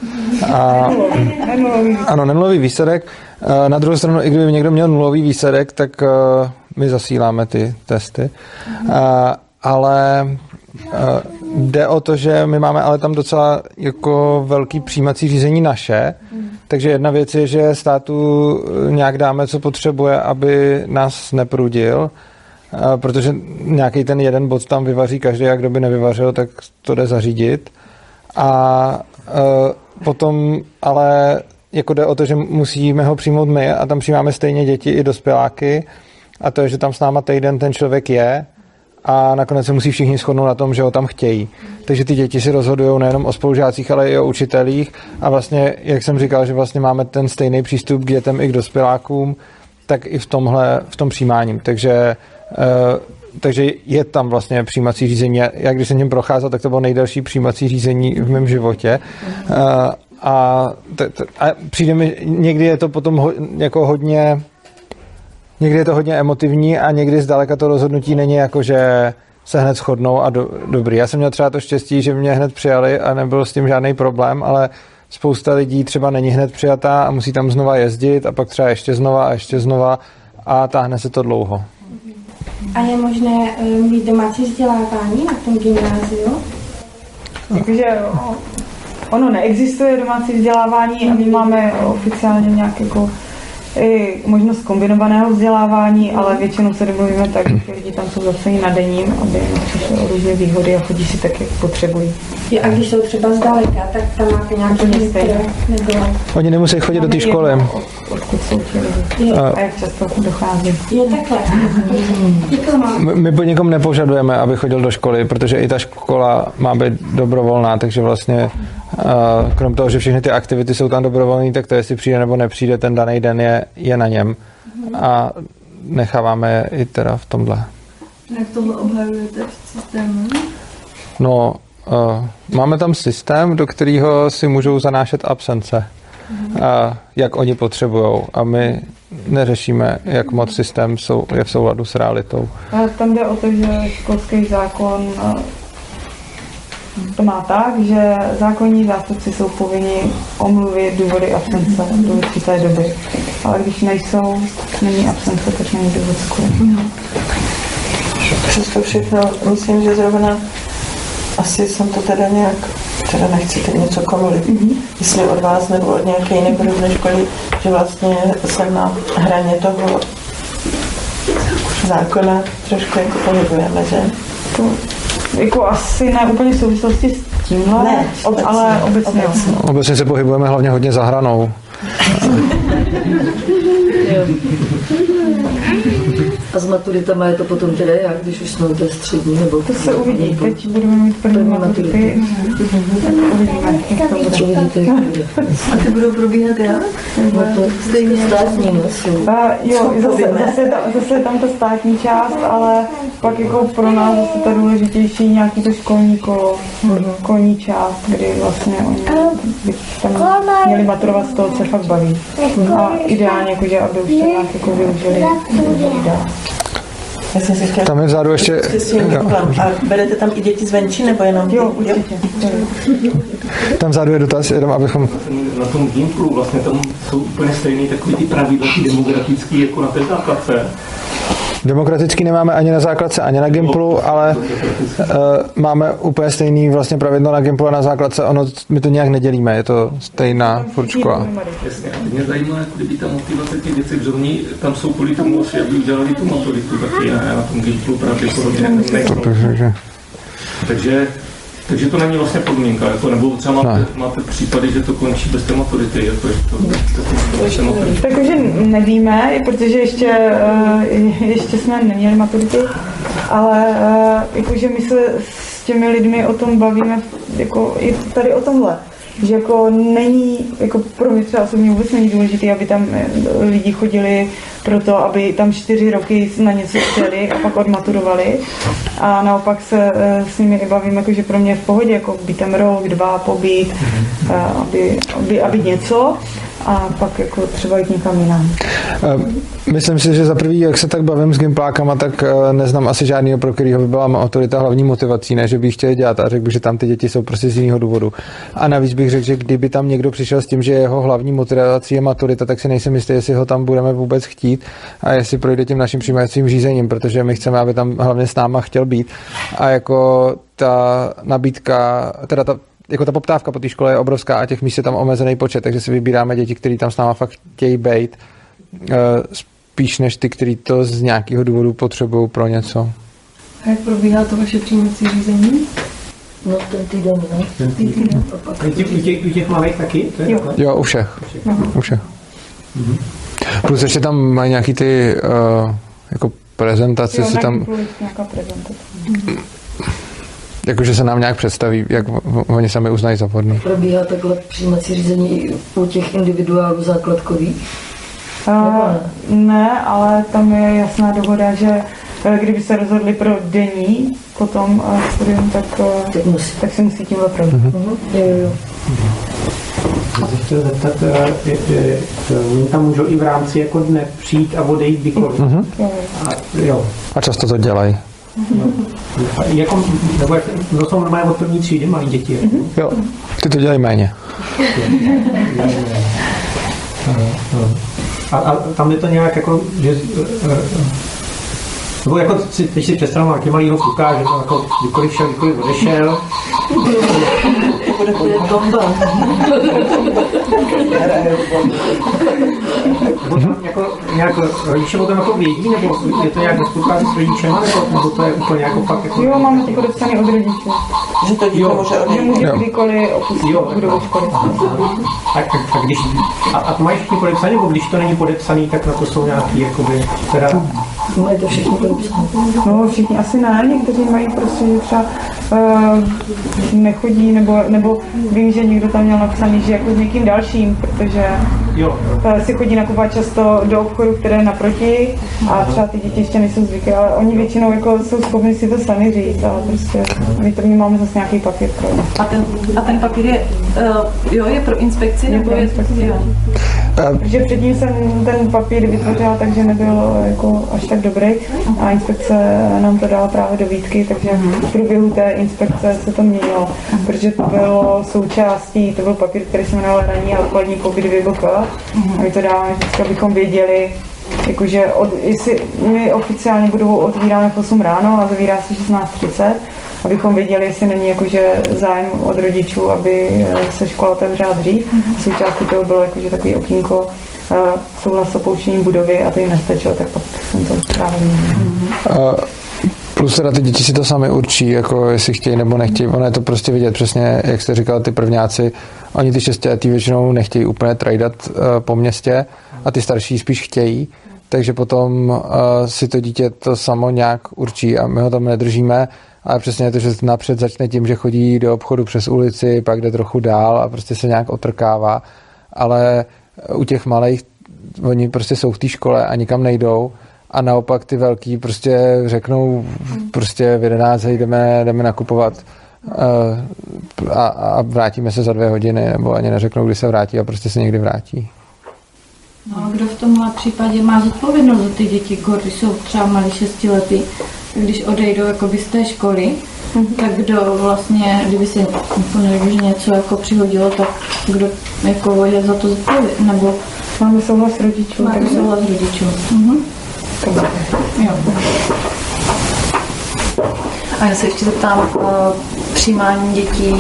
Ano, nenulový výsledek. Na druhou stranu, i kdyby někdo měl nulový výsledek, tak my zasíláme ty testy. Ale jde o to, že my máme ale tam docela jako velký přijímací řízení naše, takže jedna věc je, že státu nějak dáme, co potřebuje, aby nás neprudil, protože nějaký ten jeden bod tam vyvaří každý, a kdo by nevyvařil, tak to jde zařídit. A potom ale jako jde o to, že musíme ho přijmout my a tam přijímáme stejně děti i dospěláky a to je, že tam s náma týden ten člověk je a nakonec se musí všichni shodnout na tom, že ho tam chtějí. Takže ty děti si rozhodují nejenom o spolužácích, ale i o učitelích a vlastně, jak jsem říkal, že vlastně máme ten stejný přístup k dětem i k dospělákům, tak i v tom přijímáním. Takže je tam vlastně přijímací řízení. Já když jsem tím procházel, tak to bylo nejdelší přijímací řízení v mém životě. A přijde mi, někdy je to potom jako hodně, někdy je to hodně emotivní a někdy zdaleka to rozhodnutí není jako, že se hned shodnou a dobrý. Já jsem měl třeba to štěstí, že mě hned přijali a nebyl s tím žádný problém, ale spousta lidí třeba není hned přijatá a musí tam znova jezdit a pak třeba ještě znova a táhne se to dlouho. A je možné mít domácí vzdělávání na tom gymnáziu? Takže ono neexistuje domácí vzdělávání a my máme oficiálně nějak jako možnost kombinovaného vzdělávání, ale většinou se domluvíme tak, že lidi tam jsou zase i na denním, aby přišli o různé výhody a chodí si tak, jak potřebují. Jo, a když jsou třeba zdaleka, tak tam máte nějaký místr, nebo... Oni nemusí chodit do té školy. Odkud jsou ti lidi. A jak často dochází. Je takhle. My po někom nepožadujeme, aby chodil do školy, protože i ta škola má být dobrovolná, takže vlastně krom toho, že všechny ty aktivity jsou tam dobrovolné, tak to, jestli přijde nebo nepřijde, ten daný den je na něm. A necháváme i teda v tomhle. Jak tohle obhajujete v systému? No, máme tam systém, do kterého si můžou zanášet absence, jak oni potřebujou. A my neřešíme, jak moc systém je v souladu s realitou. Tam jde o to, že školský zákon to má tak, že zákonní zástupci jsou povinni omluvit důvody absence do určité doby. Ale když není absence, tak není důvod skvěle. Přesto všechno, myslím, že zrovna asi jsem to teda nějak, teda nechci teď něco komulit, jestli od vás nebo od nějaké jiné podobné školy, že vlastně jsem na hraně toho zákona trošku jako pohybujeme, že? To, jako asi ne úplně v souvislosti s tímhle, ne, ale obecně. Obecně se pohybujeme hlavně hodně za hranou. A s maturitama je to potom teda jak, když už jsme v té střední, nebo... To se uvidí, teď budeme mít první maturity. Uvidíme, jak to bude. A ty budou probíhat jak? Stejně státní nosou. Jo, zase je tam ta státní část, ale pak jako pro nás zase ta důležitější nějaký to školní kolo, školní část, kdy vlastně oni tam měli maturovat z toho, co fakt baví. A ideálně, jakože, aby už to nějak jako využili. Tam je vzadu ještě... A berete tam i děti zvenčí, nebo jenom? Jo, určitě. Tam vzadu je dotaz, jenom abychom... Na tom Gimplu vlastně tam jsou úplně stejný takový ty pravidla, demokratický jako na té základce. Demokratický nemáme ani na základce, ani na Gimplu, ale máme úplně stejný vlastně pravidlo na Gimplu a na základce. My to nějak nedělíme, je to stejná furt škola. Jasně, a mě zajímá, jako kdyby ta motivace těch věcí, protože oni tam jsou kvůli tomu, aby udělali tu maturitu, taky ne, na tom Gimplu pravděpodobně nejsou. Takže to není vlastně podmínka, jako, nebo třeba máte případy, že to končí bez té maturity, jako, že to Takže nevíme, protože ještě jsme neměli maturity, ale jakože my se s těmi lidmi o tom bavíme, jako i tady o tomhle. Že jako není, jako pro mě třeba osobně vůbec není důležité, aby tam lidi chodili proto, aby tam 4 roky na něco chtěli a pak odmaturovali. A naopak se s nimi i bavím, jako, že pro mě je v pohodě, jako být tam rok, 2 pobít, aby něco a pak jako třeba jít někam jinam. Myslím si, že za prvý, jak se tak bavím s gimplákama, tak neznám asi žádného, pro kterého by byla maturita hlavní motivací, ne, že bych chtěl dělat a řekl bych, že tam ty děti jsou prostě z jiného důvodu. A navíc bych řekl, že kdyby tam někdo přišel s tím, že jeho hlavní motivací je maturita, tak si nejsem jistý, jestli ho tam budeme vůbec chtít a jestli projde tím naším přijímacím řízením, protože my chceme, aby tam hlavně s náma chtěl být. A jako ta nabídka, teda ta poptávka po té škole je obrovská a těch míst je tam omezený počet, takže si vybíráme děti, kteří tam s náma fakt chtějí bejt, spíš než ty, kteří to z nějakého důvodu potřebují pro něco. A jak probíhá to vaše přijímací řízení? No ten týden, ne? Ten týden. U těch malých taky? To je jo, u všech. U všech. Plus ještě tam mají nějaký ty jako prezentace. Jo, tam nějaká prezentace. Jakože se nám nějak představí, jak oni sami uznají za vhodný. Probíhá takhle přijímací řízení i u těch individuálů základkových? Ne, ale tam je jasná dohoda, že kdyby se rozhodli pro denní potom studium, tak se musí tímhle projít. Jo. Já se chtěl zeptat, oni tam můžou i v rámci jako dne přijít a odejít kdykoliv. A často to dělají. Jako, nebo jak, to jsou normálně od první třídy, malí děti. Jo, ty to dělají méně. A tam je to nějak jako, že nebo jako teď si představím nějaký malýho kluka, že tam jako kdykoliv šel, kdykoliv odešel. To je bomba. Nějak rodiče o tom jako vědí, nebo je to nějak ve spolupráci s rodičema, nebo to je úplně jako fakt jako... Jo, máme to podepsané od rodičů. Že to dítě může odejít. Že může kdykoliv opustit budovu školy. A to mají všichni podepsaný, nebo když to není podepsaný, tak na to jsou nějaký, jakoby, teda... Mají to všichni podepsaný. No, všichni asi ne, někteří mají prostě, že třeba nechodí, nebo vím, že někdo tam měl napsaný, že jako s někým dalším, protože si chodí nakupovat často do obchodu, které je naproti a třeba ty děti ještě nejsou zvyklé, ale oni většinou jako jsou schopni si to sami říct, ale prostě my to máme zase nějaký papír pro ně. A ten papír je, je pro inspekci? Nebo pro inspekci, protože předtím jsem ten papír vytvořila, takže nebyl jako až tak dobrý a inspekce nám to dala právě do výtky, takže v průběhu té inspekce se to měnilo, protože to bylo součástí, to byl papír, který se jmenoval ranní a odpolední pobyt VBK a my to dáváme vždycky, abychom věděli, jakože jestli my oficiálně budovu otvíráme v 8 ráno a zavírá se 16:30, abychom věděli, jestli není jakože zájem od rodičů, aby se škola otevřela dřív. Součástí toho bylo jakože takový okýnko souhlas s opouštěním budovy a to jim nestačilo, tak pak jsem to právě měl. Plus teda ty děti si to sami určí, jako jestli chtějí nebo nechtějí. Ono je to prostě vidět přesně, jak jste říkal, ty prvňáci, oni ty 6letí většinou nechtějí úplně trajdat po městě a ty starší spíš chtějí, takže potom si to dítě to samo nějak určí a my ho tam nedržíme, ale přesně je to, že napřed začne tím, že chodí do obchodu přes ulici, pak jde trochu dál a prostě se nějak otrkává, ale u těch malých oni prostě jsou v té škole a nikam nejdou. A naopak ty velký prostě řeknou prostě v 11 jdeme nakupovat a vrátíme se za 2 hodiny, nebo ani neřeknou, kdy se vrátí a prostě se někdy vrátí. No a kdo v tomhle případě má zodpovědnost za ty děti, když jsou třeba malí 6letí, když odejdou jakoby z té školy, tak kdo vlastně, kdyby se něco jako přihodilo, tak kdo jako je za to zodpovědný, nebo máme souhlas rodičů. Máme souhlas rodičů. Jo. A já se ještě zeptám, přijímání dětí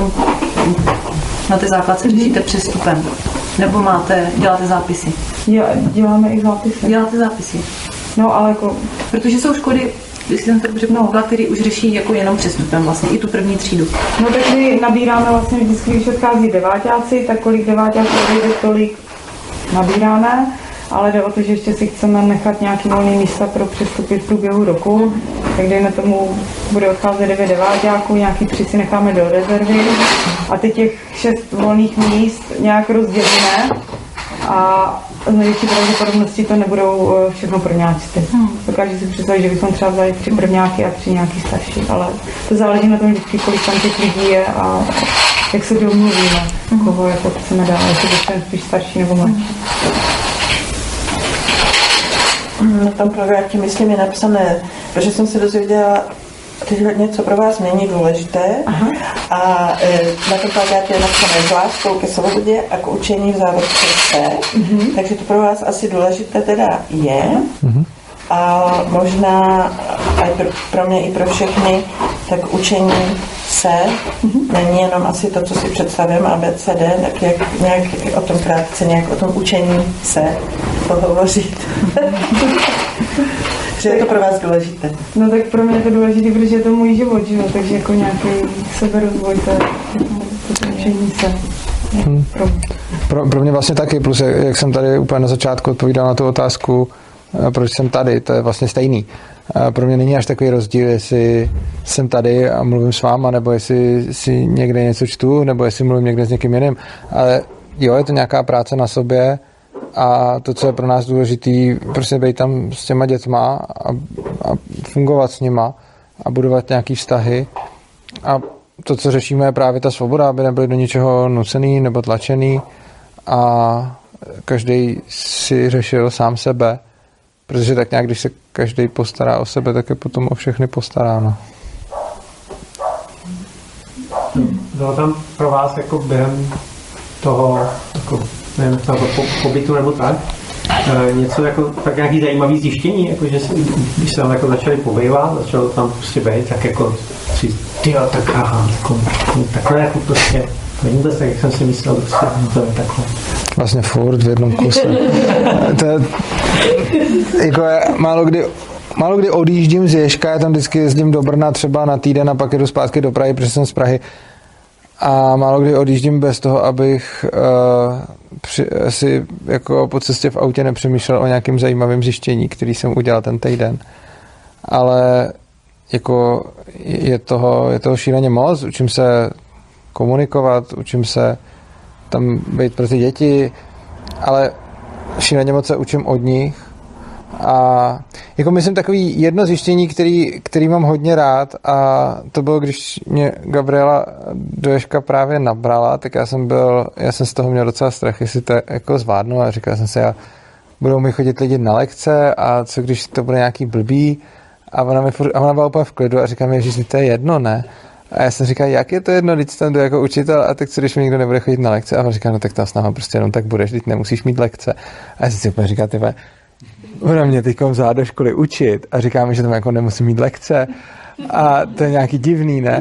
na ty základce řešíte přestupem? Nebo děláte zápisy? Děláme i zápisy. Děláte zápisy? No, ale jako... Protože jsou školy, jestli jsem tak dobře pochopila, který už řeší jako jenom přestupem vlastně, i tu první třídu. No tak my nabíráme vlastně vždycky, když odchází deváťáci, tak kolik deváťáků odejde, tolik nabíráme. ale jde o to, že ještě si chceme nechat nějaký volné místa pro přestupy v průběhu roku, tak dejme tomu, bude odcházet 9 deváťáků, nějaký 3 si necháme do rezervy a ty těch 6 volných míst nějak rozdělíme a z největší pravděpodobností to nebudou všechno prvňáčci. Dokážu si představit, že bychom třeba vzali 3 prvňáky a 3 nějaký starší, ale to záleží na tom vždycky, kolik tam těch lidí je a jak se domluvíme, koho jako chceme dál, jestli budeme spíš starší nebo mladší. Na tom programu, myslím, je napsané, protože jsem se dozvěděla teď hodně, co pro vás není důležité. Aha. A na tom plakátě je napsané s láskou ke svobodě a k učení v závodce se. Takže to pro vás asi důležité teda je. A možná aj pro mě i pro všechny, tak učení se není jenom asi to, co si představím, ABCD, tak jak nějak o tom krátce, nějak o tom učení se pohovořit. Že je to pro vás důležité? No tak pro mě je to důležité, protože je to můj život, že? Takže jako nějaký seberozvoj, to učení se. Pro mě vlastně taky, plus jak jsem tady úplně na začátku odpovídal na tu otázku, proč jsem tady, to je vlastně stejný. Pro mě není až takový rozdíl, jestli jsem tady a mluvím s váma, nebo jestli si někde něco čtu, nebo jestli mluvím někde s někým jiným. Ale jo, je to nějaká práce na sobě a to, co je pro nás důležitý, prostě být tam s těma dětma a fungovat s nima a budovat nějaký vztahy. A to, co řešíme, je právě ta svoboda, aby nebyli do ničeho nucený nebo tlačený a každý si řešil sám sebe. Protože tak nějak, když se každý postará o sebe, tak je potom o všechny postaráno. Bylo tam pro vás jako během toho, jako, nevím, toho pobytu nebo tak, něco jako, tak nějaký zajímavý zjištění, jako, že když se tam jako začali pobývat, začalo tam prostě být, tak jako si, tyjo, tak aha, takhle jako prostě, není vůbec tak, jak jsem si myslel, prostě, to je takhle. Vlastně furt v jednom kuse. To je, jako málo kdy odjíždím z Ježka, já tam vždycky jezdím do Brna třeba na týden a pak jedu zpátky do Prahy, protože jsem z Prahy. A málo kdy odjíždím bez toho, abych si jako po cestě v autě nepřemýšlel o nějakým zajímavým zjištění, který jsem udělal ten týden. Ale jako je toho šíleně moc, učím se komunikovat, učím se tam být pro ty děti, ale šíleně moc se učím od nich. A jako myslím takový jedno zjištění, který mám hodně rád, a to bylo, když mě Gabriela do Ježka právě nabrala, tak já jsem z toho měl docela strach, jestli to jako zvládnu, a říkal jsem si, budou mi chodit lidi na lekce a co když to bude nějaký blbý, a ona byla úplně v klidu a říká mi, že to je jedno, ne? A já jsem říkal, jak je to jedno, když tam jdu jako učitel, a tak co když mi nikdo nebude chodit na lekce? A on říká, no tak ta snaha prostě jenom tak budeš, teď nemusíš mít lekce. A já jsem si úplně říkal, ona mě teďkom vzala do školy učit a říká mi, že tam jako nemusím mít lekce. A to je nějaký divný, ne?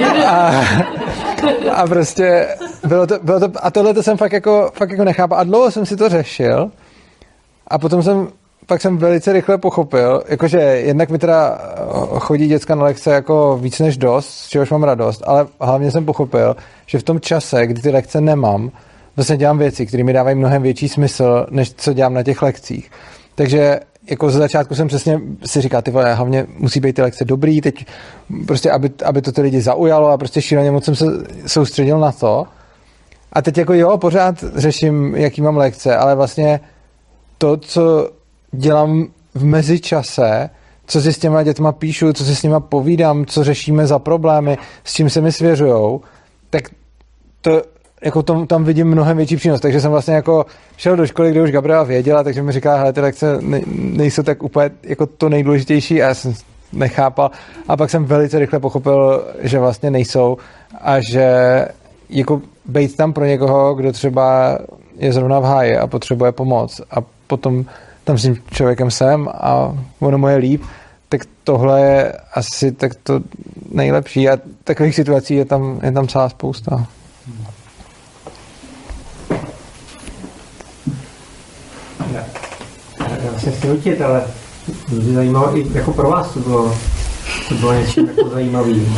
A prostě bylo to, a tohle to jsem fakt jako nechápal. A dlouho jsem si to řešil a potom pak jsem velice rychle pochopil, jakože jednak mi teda chodí děcka na lekce jako víc než dost, z čehož mám radost, ale hlavně jsem pochopil, že v tom čase, kdy ty lekce nemám, vlastně dělám věci, které mi dávají mnohem větší smysl, než co dělám na těch lekcích. Takže jako ze začátku jsem přesně si říkal, ty vole, hlavně musí být ty lekce dobrý, teď prostě, aby to ty lidi zaujalo, a prostě šíleně moc jsem se soustředil na to. A teď jako jo, pořád řeším, jaký mám lekce, ale vlastně to, co dělám v mezičase, co si s těma dětma píšu, co si s nima povídám, co řešíme za problémy, s čím se mi svěřujou, tak to jako tam vidím mnohem větší přínos. Takže jsem vlastně jako šel do školy, kde už Gabriela věděla, takže mi říkala, hele, ty lekce nejsou tak úplně jako to nejdůležitější, a já jsem nechápal. A pak jsem velice rychle pochopil, že vlastně nejsou, a že jako být tam pro někoho, kdo třeba je zrovna v háji a potřebuje pomoc, a potom tam s tím člověkem jsem a ono mu je líp, tak tohle je asi tak to nejlepší, a takových situací je tam celá spousta. Já vlastně chci nutit, ale mě zajímalo i jako pro vás to bylo něco jako zajímavý.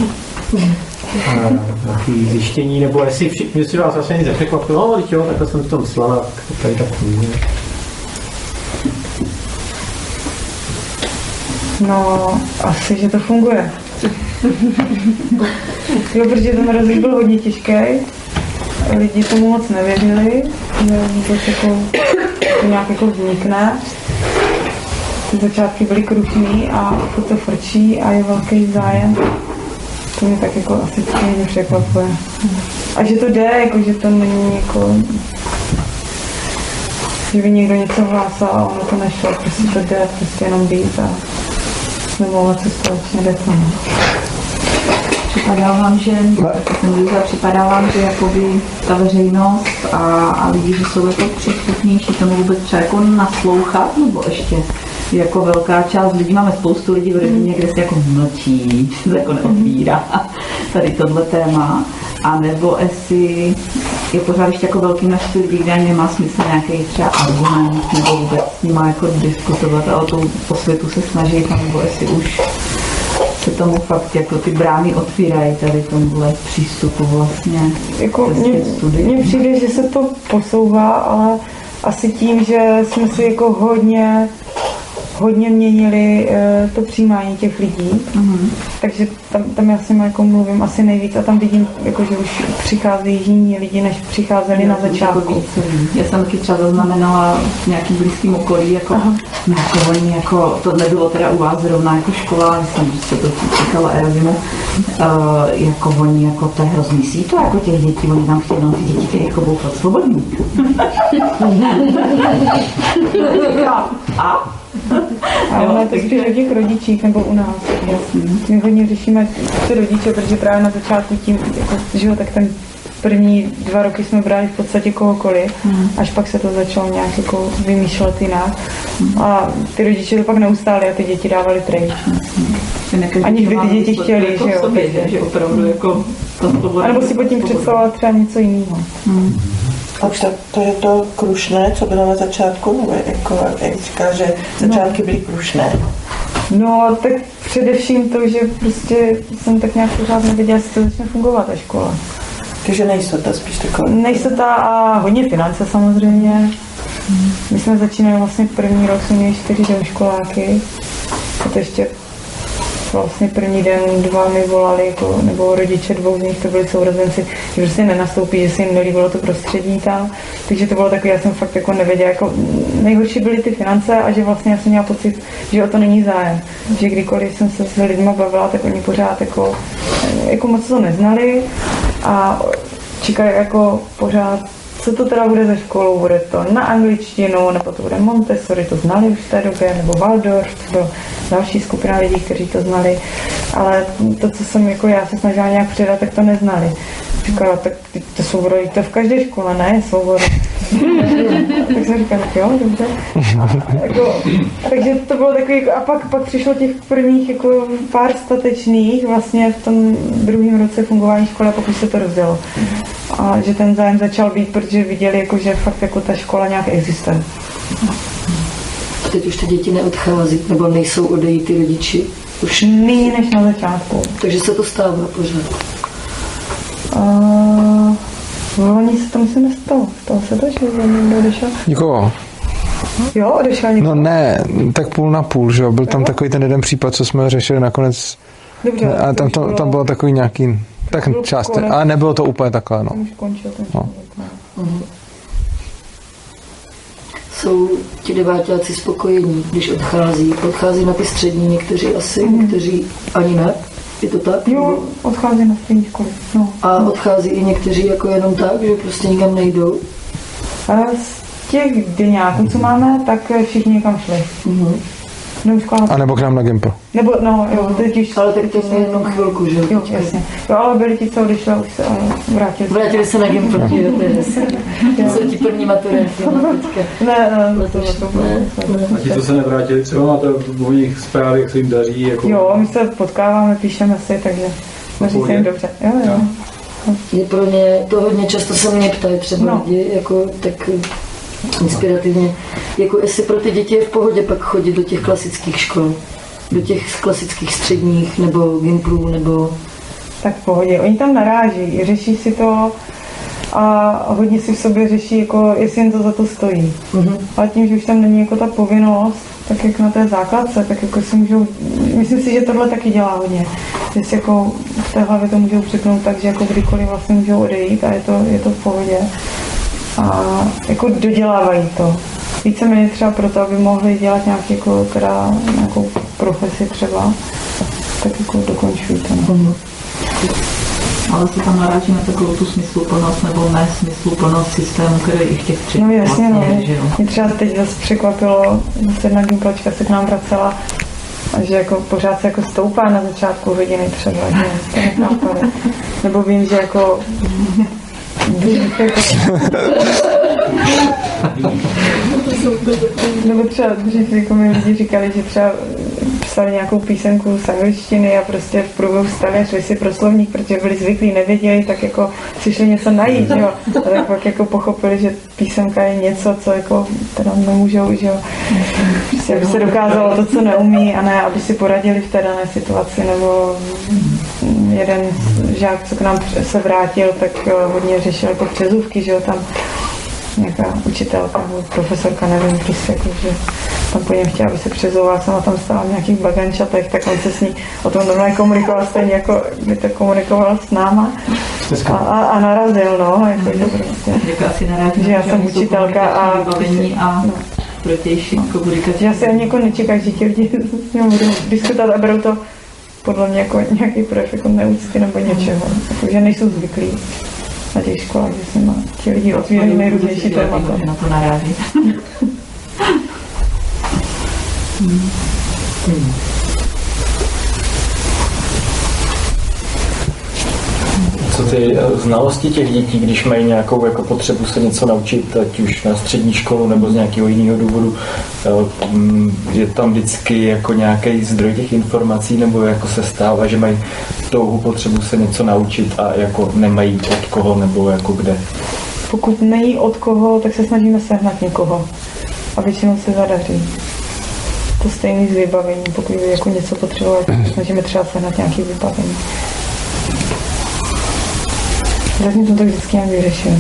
Nějaký zjištění, nebo jestli vás vlastně nic nepřekvapilo, no, jo, takhle jsem to myslela, tady tak funguje. No, asi, že to funguje. Jo, protože ten rozvoj byl hodně těžký. Lidi tomu moc nevěřili, že vůbec jako nějak jako vznikne. Ty začátky byly krušný a to frčí a je velký zájem. To mě tak jako asi mě překvapuje. A že to jde, jako že to není jako... Že by někdo něco hlásal a ono to nešlo, prostě to jde, prostě jenom být a domluvat se společně jde to. Připadá vám, že jakoby ta veřejnost a lidi, že jsou jako přístupnější tomu vůbec třeba jako naslouchat, nebo ještě jako velká část lidí, máme spoustu lidí v rodině, kde se jako mlčí, se jako neotvírá tady tohle téma, a nebo jestli je pořád ještě jako velký množství lidí, kde nemá smysl nějaký třeba argument, nebo vůbec s nima jako diskutovat a o tu osvětu se snažit, nebo jestli už se tomu fakt jako ty brány otvírají tady tomuhle přístupu vlastně. Jako mně přijde, že se to posouvá, ale asi tím, že jsme si jako hodně měnili to přijímání těch lidí, takže tam já s nimi jako mluvím asi nejvíc a tam vidím, jako, že už přicházejí jiní lidi, než přicházeli na začátku. Já jsem taky třeba zaznamenala v nějakým blízkým okolí, jako oni, jako to nebylo teda u vás zrovna jako škola, jsem se to říkala Ervimu, jako oni, jako to je hrozný síto, jako těch dětí, oni tam chtějí, no ty děti ty jako budou fakt svobodní. A ono je to spíš o těch rodičích nebo u nás. My hodně řešíme ty rodiče, protože právě na začátku tím, jako, že tak ten první 2 roky jsme brali v podstatě kohokoliv, až pak se to začalo nějak jako vymýšlet jinak. A ty rodiče to pak neustáli a ty děti dávali pryč. Aniž by ty děti chtěli, že jo. Že opravdu jako a nebo si pod tím představovat třeba něco jiného. A už to je to krušné, co bylo na začátku? Nebo jako, jak říká, že začátky byly krušné? No, tak především to, že prostě jsem tak nějak pořád nevěděla, jestli to začne fungovat ta škola. Takže nejistota spíš taková. Nejistota a hodně finance samozřejmě. My jsme začínali vlastně první rok, jsme měli 4 školáky. A to ještě vlastně první den 2 mi volali, jako, nebo rodiče 2 z nich, to byli sourozenci, že prostě nenastoupí, že se jim nelíbilo to prostředí tam. Takže to bylo takové, já jsem fakt jako nevěděla, jako nejhorší byly ty finance a že vlastně já jsem měla pocit, že o to není zájem. Že kdykoliv jsem se s lidmi bavila, tak oni pořád jako moc to neznali a čekali jako pořád, co to teda bude za školou, bude to na angličtinu, nebo to bude Montessori, to znali už v té době, nebo Waldorf, to byla další skupina lidí, kteří to znali, ale to, co jsem jako já se snažila nějak předat, tak to neznali. Říkala, tak to svoboda, to v každé škole, ne, svoboda. Tak jsem říkala, tak jo, dobře. Takže to bylo takový, a pak přišlo těch prvních jako pár statečných vlastně v tom druhém roce fungování školy a pak už se to rozdělo. A že ten zájem začal být, protože viděli, jako, že fakt jako ta škola nějak existuje. A teď už ty děti neodchází, nebo nejsou odejít ty rodiči? Už méně než na začátku. Takže se to stává pořád. Loni se to myslím nestalo. Stalo se to, že někdo odešel? Nikoho. Jo, odešel někdo? No ne, tak půl na půl, že jo. Byl tam takový ten jeden případ, co jsme řešili nakonec. Dobře. A tam bylo takový nějaký, tak část, ale nebylo to úplně takhle, no. Už končil ten člověk. Jsou ti deváťáci spokojení, když odchází na ty střední, někteří asi, někteří ani ne. Je to tak? Jo, odchází na střední školy. No. A odchází i někteří jako jenom tak, že prostě nikam nejdou? A z těch děňáků, co máme, tak všichni někam šli. A nebo k nám na Gimpl. Nebo, no, jo, teď už... Ale tak to je jenom chvilku, že jo? Jasně. Jo, ale byli ti, co odešli, už se vrátili. Vrátili se na Gimpl, to jsou ti první maturanti. Ne. A ti, co se nevrátili, třeba máte o nich zprávy, jak se jim daří? Jako... Jo, my se potkáváme, píšeme si, takže daří se jim dobře. Jo. Je pro ně, to hodně často se mě ptají třeba lidi, jako tak inspirativně, jako jestli pro ty děti je v pohodě pak chodit do těch klasických škol, do těch klasických středních nebo gimplů, nebo... Tak v pohodě, oni tam naráží, řeší si to, a hodně si v sobě řeší, jako, jestli jim to za to stojí. Ale tím, že už tam není jako ta povinnost, tak jak na té základce, tak jako si můžou, myslím si, že tohle taky dělá hodně. Že si jako v té hlavě to můžou přepnout tak, že jako kdykoliv vlastně můžou odejít a je to v pohodě. A jako dodělávají to. Víceméně třeba proto, aby mohli dělat nějaký, jako, teda, nějakou profesi třeba, tak jako dokončují to. Ale se tam naráží na takovou tu smysluplnost nebo nesmysluplnost systému, který i v těch třech. No jasně, vlastně, no. Mě třeba teď zase překvapilo, že jedna gimplačka se k nám vracela, že jako pořád se jako stoupá na začátku hodiny třeba, že to nechápali. Nebo vím, že jako nebo třeba dřív jako mi lidi říkali, že třeba psali nějakou písemku z angličtiny a prostě v průběhu vstali a šli si pro slovník, protože byli zvyklí, nevěděli, tak jako si šli něco najít, jo. A tak pak jako pochopili, že písemka je něco, co jako teda nemůžou, že jo. Prostě aby se dokázalo to, co neumí, a ne, aby si poradili v té dané situaci, nebo jeden žák, co k nám se vrátil, tak hodně řešil jako přezůvky, že jo, tam nějaká učitelka nebo profesorka, nevím, prostě jako, že tam po něm chtěla, aby se přezouvala, sama tam stála v nějakých bagančatech, tak on se s ní o tom normálně komunikoval, stejně jako by to komunikoval s náma a narazil, no, jako, že prostě, že já jsem učitelka a protější komunikace. Já se ani jako nečekám, že ti lidi budou diskutovat a berou to podle mě jako nějaký projev jako neúcty nebo něčeho, jako, že nejsou zvyklí na těch školách, že se má ti lidi otvírají nejrůznější témata. Na to naráží. Co ty znalosti těch dětí, když mají nějakou jako potřebu se něco naučit, ať už na střední školu nebo z nějakého jiného důvodu, je tam vždycky jako nějaký zdroj těch informací, nebo jako se stává, že mají touhu potřebu se něco naučit a jako nemají od koho nebo jako kde? Pokud nejí od koho, tak se snažíme sehnat někoho a většinou se zadaří. To stejný s vybavením, pokud jako něco potřebovat, tak se snažíme třeba sehnat nějaký vybavení. Zatím jsem to vždycky nějak vyřešil.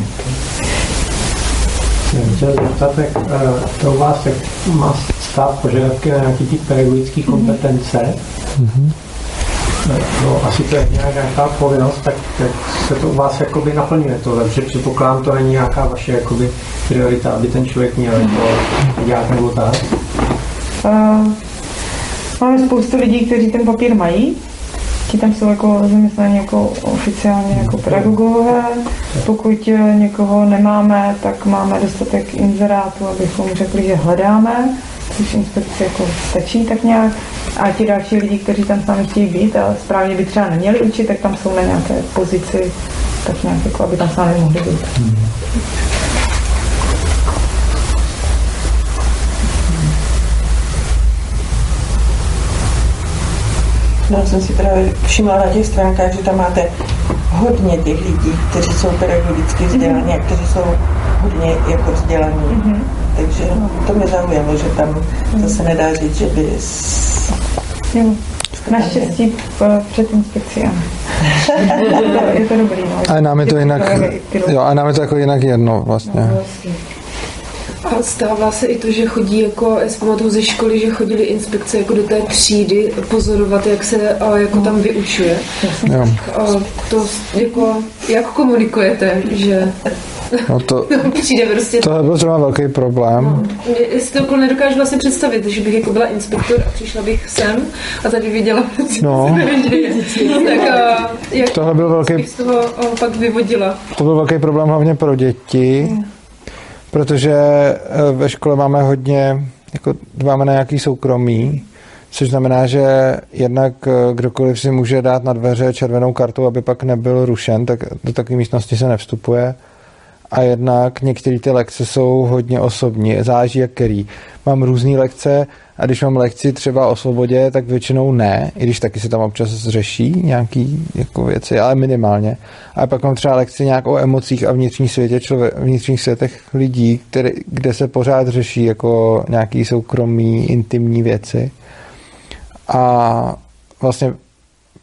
Chtěl zeptat, jak to u vás má stát požadavky na nějaké ty pedagogické kompetence. No, asi to je nějaká povinnost, tak jak se to u vás jakoby naplňuje to, takže předpokládám, to není nějaká vaše jakoby priorita, aby ten člověk měl to dělat nebo tak? Máme spoustu lidí, kteří ten papír mají. Ti tam jsou jako zaměstnaní jako oficiálně jako pedagogové. Pokud někoho nemáme, tak máme dostatek inzerátů, abychom řekli, že hledáme, což inspekci jako stačí tak nějak. A ti další lidi, kteří tam sami chtějí být a správně by třeba neměli učit, tak tam jsou na nějaké pozici, tak nějak jako, aby tam sami mohli být. No, jsem si právě všimla na těch stránkách, že tam máte hodně těch lidí, kteří jsou pedagogicky vzdělaní a kteří jsou hodně jako vzdělaní. Takže to mě zaujalo, že tam zase nedá říct, že by... Naštěstí před inspekcí, ano. Je to dobrý. No. A nám je to jinak, jo, a nám je to jako jinak jedno vlastně. No, vlastně. A stává se i to, že chodí jako, já si pamatuju ze školy, že chodili inspekce jako do té třídy pozorovat, jak se jako tam vyučuje. Jo. To jako, jak komunikujete, že no to přijde prostě... Tohle byl třeba velký problém. No. Já si to úplně nedokážu vlastně představit, že bych jako byla inspektor a přišla bych sem a tady viděla, co se děje. Tak jak tohle byl velký... z toho pak vyvodila. To byl velký problém hlavně pro děti, protože ve škole máme hodně, jako dbáme na nějaký soukromí, což znamená, že jednak kdokoliv si může dát na dveře červenou kartu, aby pak nebyl rušen, tak do takové místnosti se nevstupuje. A jednak některé ty lekce jsou hodně osobní, záleží jak který. Mám různé lekce a když mám lekci třeba o svobodě, tak většinou ne, i když taky se tam občas řeší nějaký jako věci, ale minimálně. A pak mám třeba lekci nějak o emocích a vnitřních světech lidí, kde se pořád řeší jako nějaký soukromý, intimní věci. A vlastně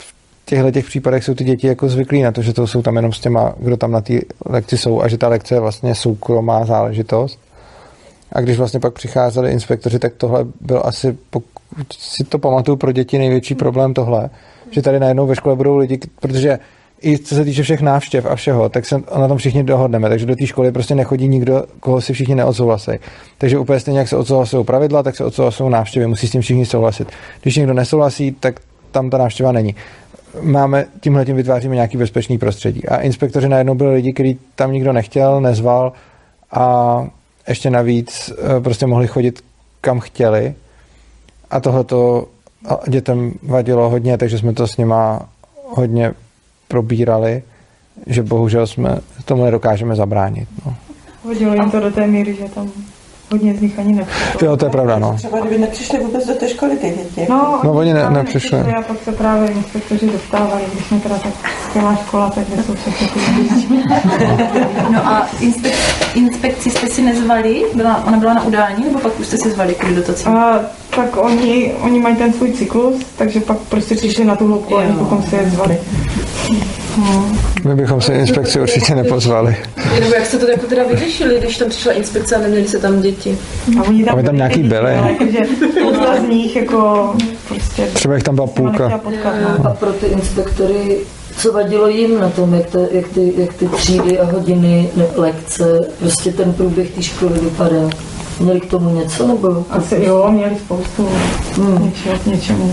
těchto případech jsou ty děti jako zvyklí na to, že to jsou tam jenom s těma, kdo tam na té lekci jsou a že ta lekce je vlastně soukromá záležitost. A když vlastně pak přicházeli inspektoři, tak tohle byl asi, pokud si to pamatuju, pro děti největší problém tohle, že tady najednou ve škole budou lidi, protože i co se týče všech návštěv a všeho, tak se na tom všichni dohodneme, takže do té školy prostě nechodí nikdo, koho si všichni neodsouhlasí. Takže úplně stejně, jak se odsouhlasují pravidla, tak se odsouhlasují návštěvy, musí s tím všichni souhlasit. Když někdo nesouhlasí, tak tam ta návštěva není. Tímhletím vytváříme nějaký bezpečný prostředí. A inspektoři najednou byli lidi, který tam nikdo nechtěl, nezval a ještě navíc prostě mohli chodit kam chtěli. A tohleto dětem vadilo hodně, takže jsme to s nima hodně probírali, že bohužel jsme tomu nedokážeme zabránit. No. Hodilo jim to do té míry, že tam hodně z nich ani nepřišlo. Jo, to je pravda, no. Třeba kdyby nepřišli vůbec do té školy ty děti. No oni nepřišli. A pak se právě inspektoři dostávali, když jsme teda tak skvělá škola, tak jsou všechny ty děti. No a inspekci jste si nezvali? Ona byla na udání, nebo pak už jste si zvali kvůli dotacím? Tak oni mají ten svůj cyklus, takže pak prostě přišli na tu hloubku a potom se je zvali. My bychom se inspekci určitě nepozvali. Nebo jak jste to jako teda vyřešili, když tam přišla inspekce a neměli se tam děti? A oni tam nějaký byli. Jakože spousta z nich jako prostě... Třeba jich tam byla půlka. A pro ty inspektory, co vadilo jim na tom, jak ty třídy a hodiny, lekce, prostě ten průběh té školy vypadá? Měli k tomu něco, nebo? Asi jo, měli spoustu něčemu.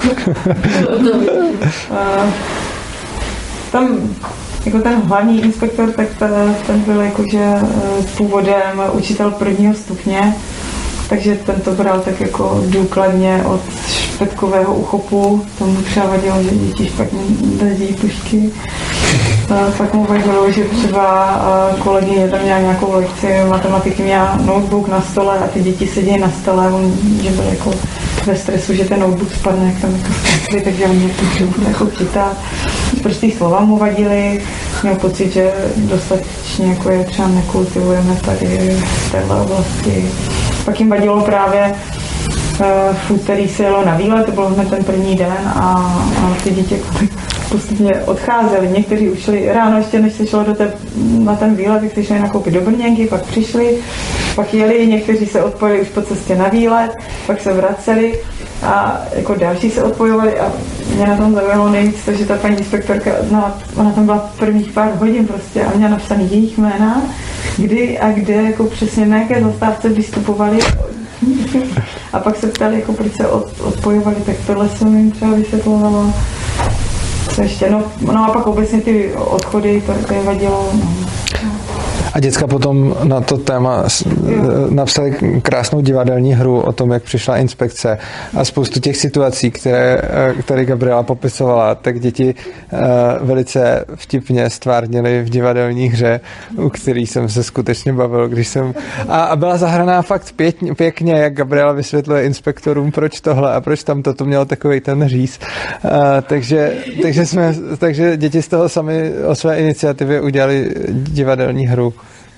Tam jako ten hlavní inspektor, tak ten byl jakože původem učitel prvního stupně, takže ten to bral tak jako důkladně od špetkového uchopu. Tomu třeba vadilo, že děti špatně drží pušky. Pak mu vadilo, že třeba kolegyně tam měla nějakou lekci matematiky, měla notebook na stole a ty děti sedějí na stole, že byl jako ve stresu, že ten notebook spadne, jak tam jako spadly, takže on můžu jako chytat. Prostý slova mu vadily, měl pocit, že dostatečně jako je třeba nekultivujeme tady v téhle oblasti. Pak jim vadilo právě v úterý se jelo na výlet, to byl hned ten první den a ty děti postupně odcházeli. Někteří už šli ráno, ještě než se šlo na ten výlet, tak se šli nakoupit do Brněnky, pak přišli, pak jeli, někteří se odpojili už po cestě na výlet, pak se vraceli a jako další se odpojovali a mě na tom zaujalo nejvíc to, že ta paní inspektorka, ona tam byla prvních pár hodin prostě a měla napsaný jejich jména, kdy a kde, jako přesně na jaké zastávce vystupovali a pak se ptali, jako proč se odpojovali, tak tohle jsem jim třeba vysvětlovala. Co ještě, no a pak obecně ty odchody, to je vadilo, no. A děcka potom na to téma napsali krásnou divadelní hru o tom, jak přišla inspekce a spoustu těch situací, které Gabriela popisovala, tak děti velice vtipně stvárnily v divadelní hře, u který jsem se skutečně bavil, když jsem... A byla zahraná fakt pěkně, jak Gabriela vysvětluje inspektorům, proč tohle a proč tam to mělo takovej ten říz. Takže děti z toho sami o své iniciativě udělali divadelní hru.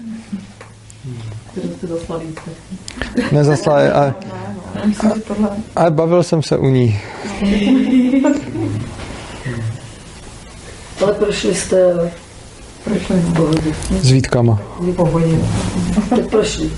Nezaslali, ale bavil jsem se u ní. Ale prošli jste v pohodě. S Vítkama. Tak prošli.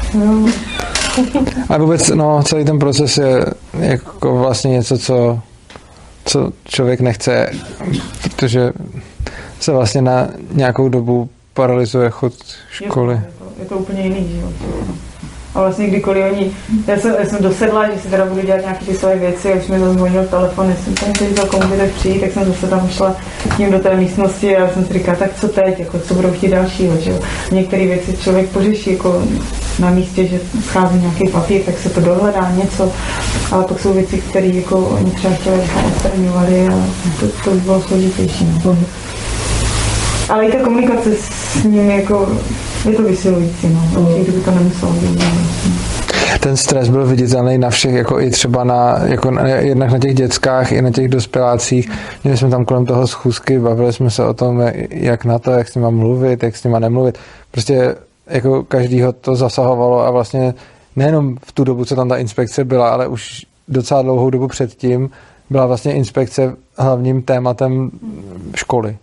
A vůbec, celý ten proces je jako vlastně něco, co člověk nechce, protože se vlastně na nějakou dobu paralyzuje chod školy. Je to úplně jiný život. A vlastně kdykoliv já jsem dosedla, že si teda budu dělat nějaké ty své věci, a už mi zazvonil telefon, jestli jsem tady za komu budeš přijít, tak jsem zase tam šla k ním do té místnosti a jsem si říkala, tak co teď, jako, co budou chtít dalšího, že jo. Některé věci člověk pořeší jako na místě, že schází nějaký papír, tak se to dohledá něco, ale pak jsou věci, které jako oni třeba chtěli, abychom odstraňovali a to bylo složitější. No. Ale i ta komunikace s nimi jako je to vysilující, kdyby to nemuselo být. Ten stres byl viditelný na všech, jako i třeba jednak na těch dětskách, i na těch dospělácích. Měli jsme tam kolem toho schůzky, bavili jsme se o tom, jak na to, jak s nima mluvit, jak s nima nemluvit. Prostě jako každýho to zasahovalo a vlastně nejenom v tu dobu, co tam ta inspekce byla, ale už docela dlouhou dobu předtím byla vlastně inspekce hlavním tématem školy.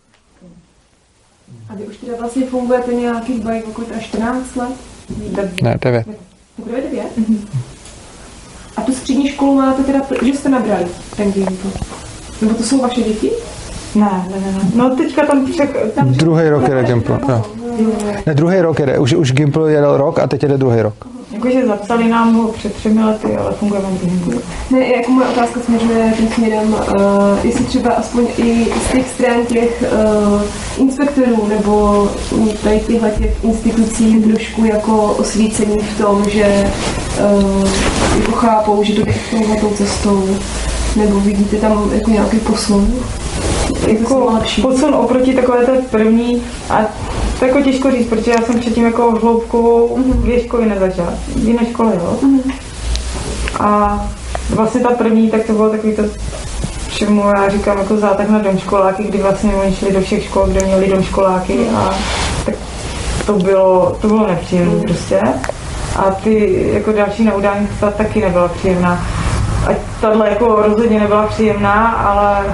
A vy už teda vlastně fungujete nějakých bajek okolo 14 let? Ne, 9. 9? A tu střední školu máte teda, že jste nabrali ten Gimpl? Nebo to jsou vaše děti? Ne. No teďka tam druhý rok jede Gimpl, jo. Ne, druhý rok jede, už Gimpl jede rok a teď jede druhý rok. Jakože zapsali nám ho před 3 lety, ale funguje vám Gimpl. Ne, jako moje otázka směřuje tím směrem, jestli třeba aspoň i z těch stran těch inspektorů nebo tady těchto těch institucí trošku jako osvícení v tom, že jako chápou, že to jde touhletou cestou, nebo vidíte tam jako nějaký posun? Jako posun oproti takové té první, a to jako těžko říct, protože já jsem předtím jako hloubkovou dvě školy nezačala. V jiné škole, jo. A vlastně ta první, tak to bylo takový to, čemu já říkám jako zátah na domškoláky, kdy vlastně oni šli do všech škol, kde měli domškoláky, a tak to bylo nepříjemné prostě. A ty jako další naudání ta taky nebyla příjemná. A tahle jako rozhodně nebyla příjemná, ale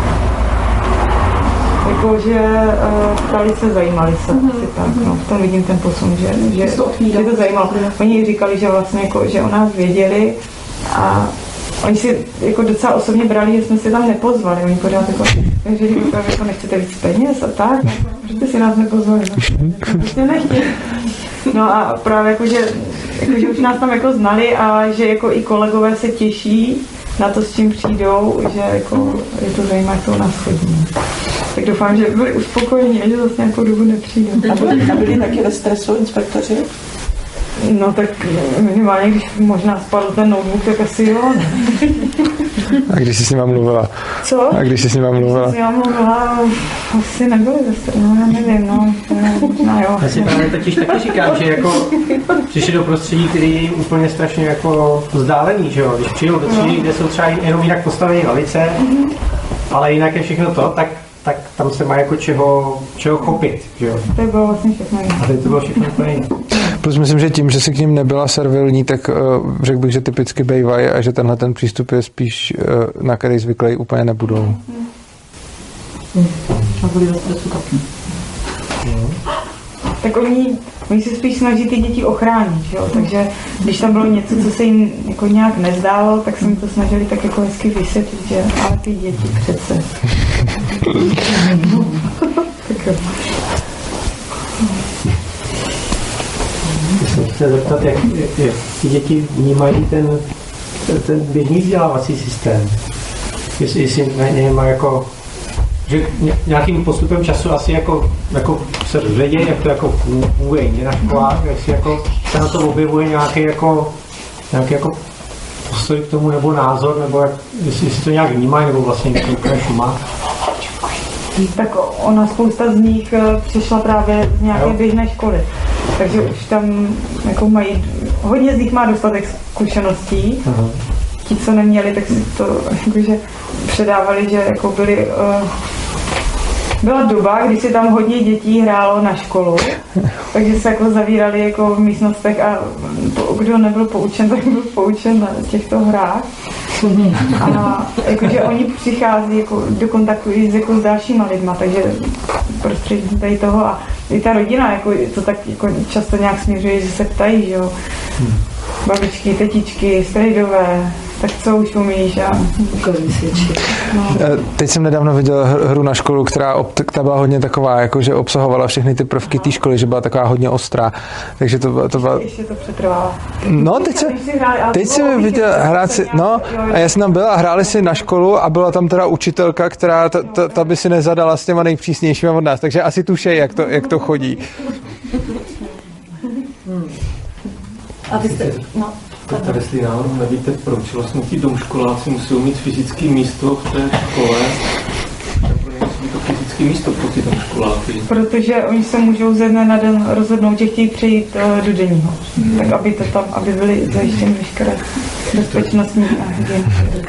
jakože ptali se, zajímali se, asi tak, no, v tom vidím ten posun, že to zajímalo. Oni říkali, že vlastně jako, že o nás věděli a oni si jako docela osobně brali, že jsme si tam nepozvali, oni pořád jako nechcete víc peněz a tak, že si nás nepozvali, prostě nechtěli. No a právě jakože už nás tam jako znali a že jako i kolegové se těší na to, s čím přijdou, že jako je to zajímavé, jak to u nás chodí. Tak doufám, že byli uspokojení a že zase nějakou dobu nepřijdou. A byli taky ve stresu inspektoři? No tak minimálně, když možná spadl ten notebook, tak asi jo. A když jsi s nima mluvila? Co? A když jsi s nima mluvila? Když jsi s nima mluvila, asi nebyli ve stresu, no já nevím, no. Možná jo. Já si právě totiž taky říkám, že jako přišli do prostředí, který je jim úplně strašně jako vzdálený, že jo. Když přijdou do třídy, kde jsou třeba jenom jinak postavené lavice, ale jinak je všechno to, tak tam se má jako čeho chopit, že jo. To bylo vlastně všechno jiné. A teď to bylo všechno úplně jiné. Plus myslím, že tím, že si k ním nebyla servilní, tak řekl bych, že typicky bejvají a že tenhle ten přístup je spíš, na který zvyklej úplně nebudou. A byli ve stresu taky. Tak oni se spíš snaží ty děti ochránit, jo? Takže když tam bylo něco, co se jim jako nějak nezdálo, tak se mi to snažili tak jako hezky vysvětlit, že ale ty děti přece. Tak jo. Jsem chtěl zeptat, jak ty děti vnímají ten běžný vzdělávací systém. Jestli na něj má jako, že nějakým postupem času asi jako se dozvědějí, jak to jako funguje jinde na školách, jestli jako se na to objevuje nějaký jako postoj k tomu nebo názor, nebo jestli to nějak vnímají, nebo vlastně to úplně šumá. Tak ona spousta z nich přišla právě z nějaké běžné školy. Takže už tam jako mají, hodně z nich má dostatek zkušeností. Aha. Ti, co neměli, tak si to jakože předávali, že jako byli, byla doba, kdy si tam hodně dětí hrálo na školu, takže se jako zavírali jako v místnostech a kdo nebyl poučen, tak byl poučen na těchto hrách. A jakože oni přichází jako do kontaktu i s dalšíma lidma, takže prostřednictvím tady toho a i ta rodina jako, to tak jako často nějak směřuje, že se ptají, že jo, babičky, tetičky, strejdové, tak co už umíš a no. Teď jsem nedávno viděl hru na školu, která byla hodně taková, jako že obsahovala všechny ty prvky té školy, že byla taková hodně ostrá. Takže to byla... Ještě to přetrvalo. No, teď jsem viděl hrát si, no, a já jsem tam byl a hráli si na školu a byla tam teda učitelka, která ta by si nezadala s těma nejpřísnějšíma od nás, takže asi tušej, jak to chodí. A vy jste, no. Tak jestli náhodou nevíte, proč vlastně ti domškoláci musí mít fyzické místo v té škole, tak musí mít to fyzické místo pro ty domškoláky. Protože oni se můžou ze dne na den rozhodnout, že chtějí přejít do denního. Tak aby to tam, aby byly zajištěny veškeré bezpečnostní a hygienické.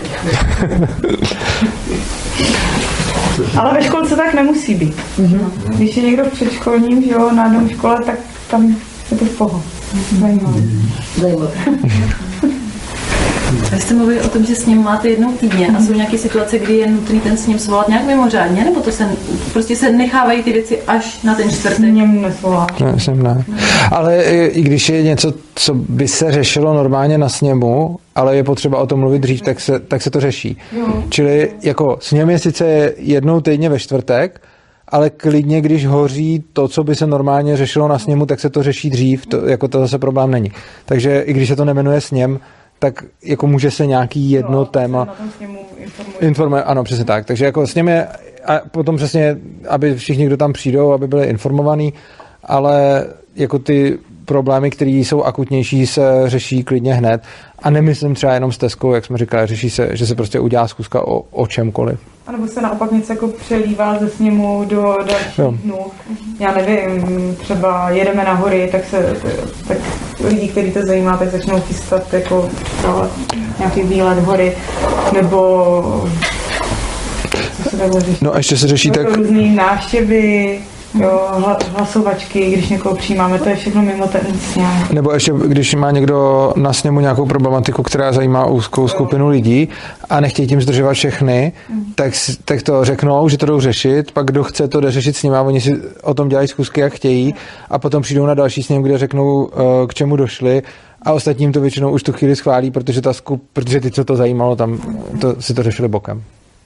Ale ve školce tak nemusí být. Když je někdo v předškolním, že jo, na domškole, tak tam je to v pohodě. Zajímavé. Vy jste mluvili o tom, že sním máte jednou týdně a jsou nějaké situace, kdy je nutný ten sním svolat nějak mimořádně, nebo to prostě se nechávají ty věci až na ten čtvrtek? Sním nesvolá. Ne. Ale i když je něco, co by se řešilo normálně na sněmu, ale je potřeba o tom mluvit dřív, tak se to řeší. Čili jako sněm je sice jednou týdně ve čtvrtek, ale klidně, když hoří to, co by se normálně řešilo na sněmu, tak se to řeší dřív, to zase problém není. Takže i když se to nemenuje sněm, tak jako může se nějaký jedno téma informuje. Ano, přesně tak. Takže jako sněm je, a potom přesně, aby všichni, kdo tam přijdou, aby byli informovaní, ale jako ty problémy, které jsou akutnější, se řeší klidně hned. A nemyslím třeba jenom s Teskou, jak jsme říkali, řeší se, že se prostě udělá zkuska o čemkoliv. A nebo se naopak něco jako přelívá ze sněmu do dalších dnů. Já nevím, třeba jedeme na hory, tak lidi, kteří to zajímá, tak začnou chystat jako nějaký výlet hory, nebo co se takhle řeší? No a ještě se řeší tak různý návštěvy, jo, hlasovačky, když někoho přijímáme, to je všechno mimo ten sněm. Nebo ještě, když má někdo na sněmu nějakou problematiku, která zajímá úzkou skupinu lidí a nechtějí tím zdržovat všechny, tak to řeknou, že to jdou řešit, pak kdo chce, to jde řešit s nimi a oni si o tom dělají zkusky, jak chtějí a potom přijdou na další sněm, kde řeknou, k čemu došli a ostatním to většinou už tu chvíli schválí, protože ty, co to zajímalo, tam si to řešili bokem.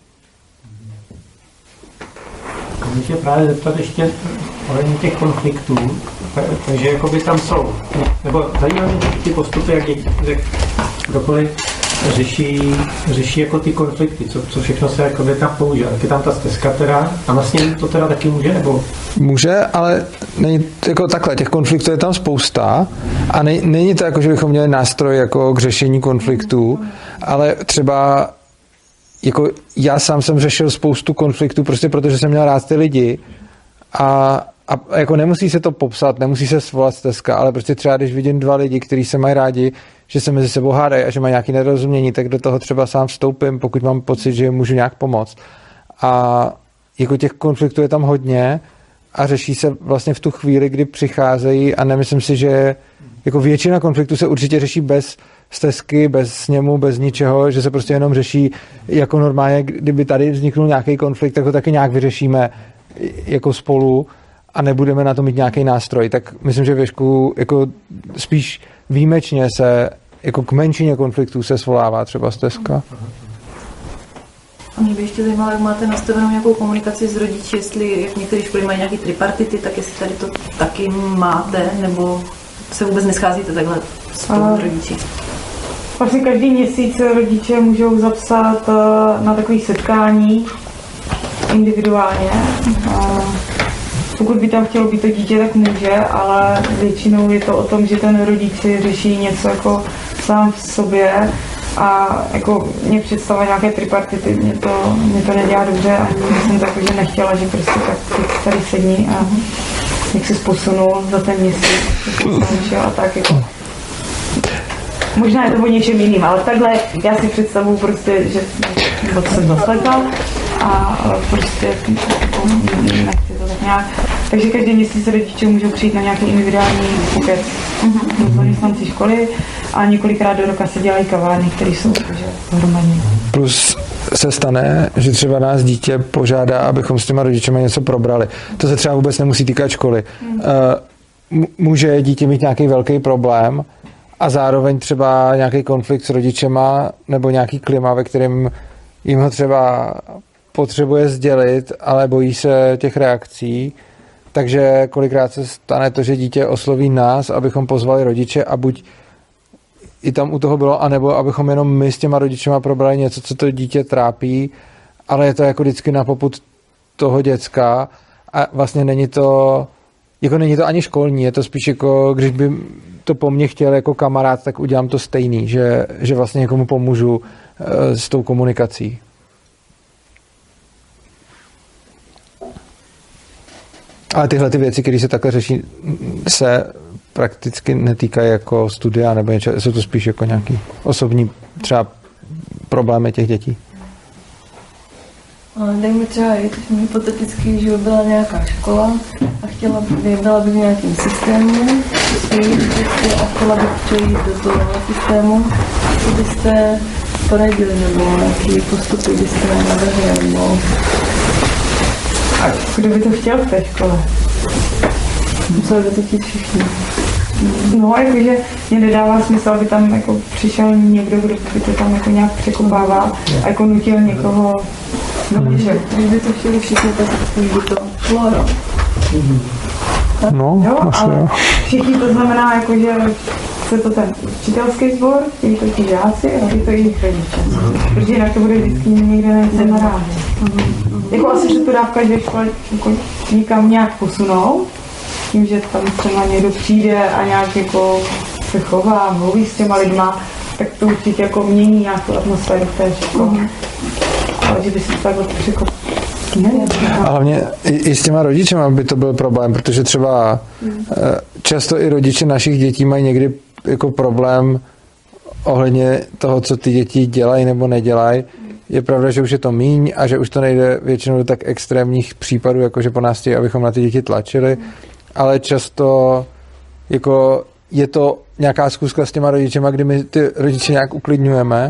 Můžu se právě zeptat ještě ohledně těch konfliktů, takže jakoby tam jsou, nebo zajímavé ty postupy, jak kdokoliv řeší jako ty konflikty, co všechno se jakoby tam používá. Tak je tam ta stezka teda, a vlastně to teda taky může, nebo? Může, ale není jako takhle, těch konfliktů je tam spousta a není to jako, že bychom měli nástroj jako k řešení konfliktů, ale třeba jako já sám jsem řešil spoustu konfliktů prostě protože jsem měl rád ty lidi a jako nemusí se to popsat, nemusí se svolat stezka, ale prostě třeba když vidím dva lidi, kteří se mají rádi, že se mezi sebou hádají a že mají nějaké nedorozumění, tak do toho třeba sám vstoupím, pokud mám pocit, že můžu nějak pomoct. A jako těch konfliktů je tam hodně a řeší se vlastně v tu chvíli, kdy přicházejí a nemyslím si, že jako většina konfliktů se určitě řeší bez stezky, bez sněmu, bez ničeho, že se prostě jenom řeší jako normálně, kdyby tady vzniknul nějaký konflikt, tak ho taky nějak vyřešíme jako spolu a nebudeme na to mít nějaký nástroj. Tak myslím, že věšku jako spíš výjimečně se jako k menšině konfliktů se svolává třeba stezka. A mě by ještě zajímalo, jak máte nastavenou nějakou komunikaci s rodiči, jestli jak některé školy mají nějaký tripartity, tak jestli tady to taky máte, nebo se vůbec nescházíte takhle spolu rodiči? Vlastně každý měsíc rodiče můžou zapsat na takových setkání individuálně. Pokud by tam chtělo být to dítě, tak může, ale většinou je to o tom, že ten rodič si řeší něco jako sám v sobě a jako mě představila nějaké tripartity, mě to nedělá dobře a jsem tak, že nechtěla, že prostě tak tady sedí a jak se posunul za ten měsíc a tak jako. Možná je to o něčem jiným, ale takhle já si představuji prostě, že jsem zaslechla a prostě nechci to tak nějak. Takže každý měsíc rodiče můžou přijít na nějaký individuální pokec do zaměstnanci školy a několikrát do roka se dělají kavárny, které jsou hromadně. Plus se stane, že třeba nás dítě požádá, abychom s těma rodičema něco probrali. To se třeba vůbec nemusí týkat školy. Může dítě mít nějaký velký problém a zároveň třeba nějaký konflikt s rodičema nebo nějaký klima, ve kterém jim ho třeba potřebuje sdělit, ale bojí se těch reakcí. Takže kolikrát se stane to, že dítě osloví nás, abychom pozvali rodiče a buď i tam u toho bylo, anebo abychom jenom my s těma rodičema probrali něco, co to dítě trápí, ale je to jako vždycky na popud toho děcka a vlastně není to ani školní, je to spíš jako, když by to po mně chtěl jako kamarád, tak udělám to stejný, že vlastně někomu pomůžu s tou komunikací. Ale tyhle ty věci, které se takhle řeší, se prakticky netýkají jako studia nebo něčeho, jsou to spíš jako nějaký osobní třeba problémy těch dětí. Ale dejme třeba, hypoteticky, že by byla nějaká škola a byla by v nějakém systému, smějí a chtěla bych přejít do toho systému, co byste poradili, nebo jaký postupy byste navrhli, nebo... A kdo by to chtěl v té škole? Museli by to chtít všichni. No, jakože mě nedává smysl, aby tam jako přišel někdo, kdo by to tam jako nějak překopával a jako nutil někoho do něčeho. Když by to chtěli všichni, tak by to šlo, no. No, jo, asi ale jo. všichni to znamená, jako, že chce to ten učitelský sbor, chtějí to ti žáci a chtějí to i jejich rodiče. Protože jinak to bude vždycky někde něco narážet. Jako asi, že to dá v každé škole jako někam nějak posunout, tím, že tam třeba někdo přijde a nějak jako se chová, mluví s těma lidma, tak to určitě jako mění nějakou atmosféru v té škole. Ale že by se to takhle překopalo. A hlavně i s těma rodičema by to byl problém, protože třeba často i rodiče našich dětí mají někdy jako problém ohledně toho, co ty děti dělají nebo nedělají. Je pravda, že už je to míň a že už to nejde většinou do tak extrémních případů, jako že po nás chtějí, abychom na ty děti tlačili, ale často jako je to nějaká zkuska s těma rodičema, kdy my ty rodiče nějak uklidňujeme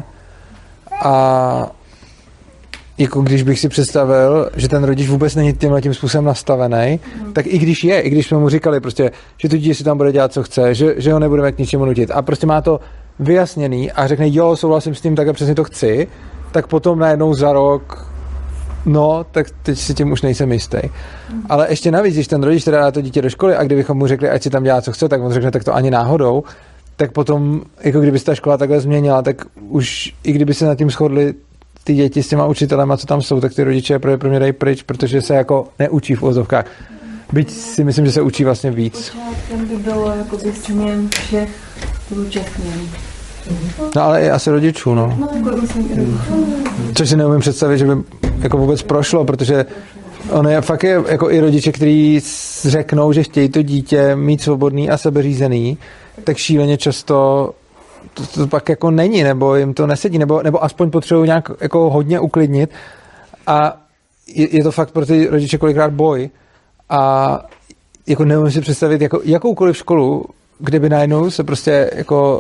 a jako když bych si představil, že ten rodič vůbec není tímhletím způsobem nastavený, tak i když jsme mu říkali prostě, že to dítě si tam bude dělat, co chce, že ho nebudeme k ničemu nutit a prostě má to vyjasněný a řekne, jo, souhlasím s tím, tak a přesně to chci, tak potom najednou za rok, no, tak teď si tím už nejsem jistý. Ale ještě navíc, když ten rodič teda dá to dítě do školy a kdybychom mu řekli, ať si tam dělá, co chce, tak on řekne, tak to ani náhodou, tak potom, jako kdyby se ta škola takhle změnila, tak už i kdyby se nad tím shodli ty děti s těma učitelema, co tam jsou, tak ty rodiče pro mě dají pryč, protože se jako neučí v ozovkách. Byť si myslím, že se učí vlastně víc. Počátkem by bylo jako by směn všech zúčastněných. No ale i asi rodičů, no. No jako myslím, Což si neumím představit, že by jako vůbec prošlo, protože ono je fakt jako i rodiče, kteří řeknou, že chtějí to dítě mít svobodný a sebeřízený, tak šíleně často to pak jako není, nebo jim to nesedí, nebo aspoň potřebují nějak jako hodně uklidnit a je to fakt pro ty rodiče kolikrát boj a jako neumím si představit jako jakoukoliv školu, kde by najednou se prostě jako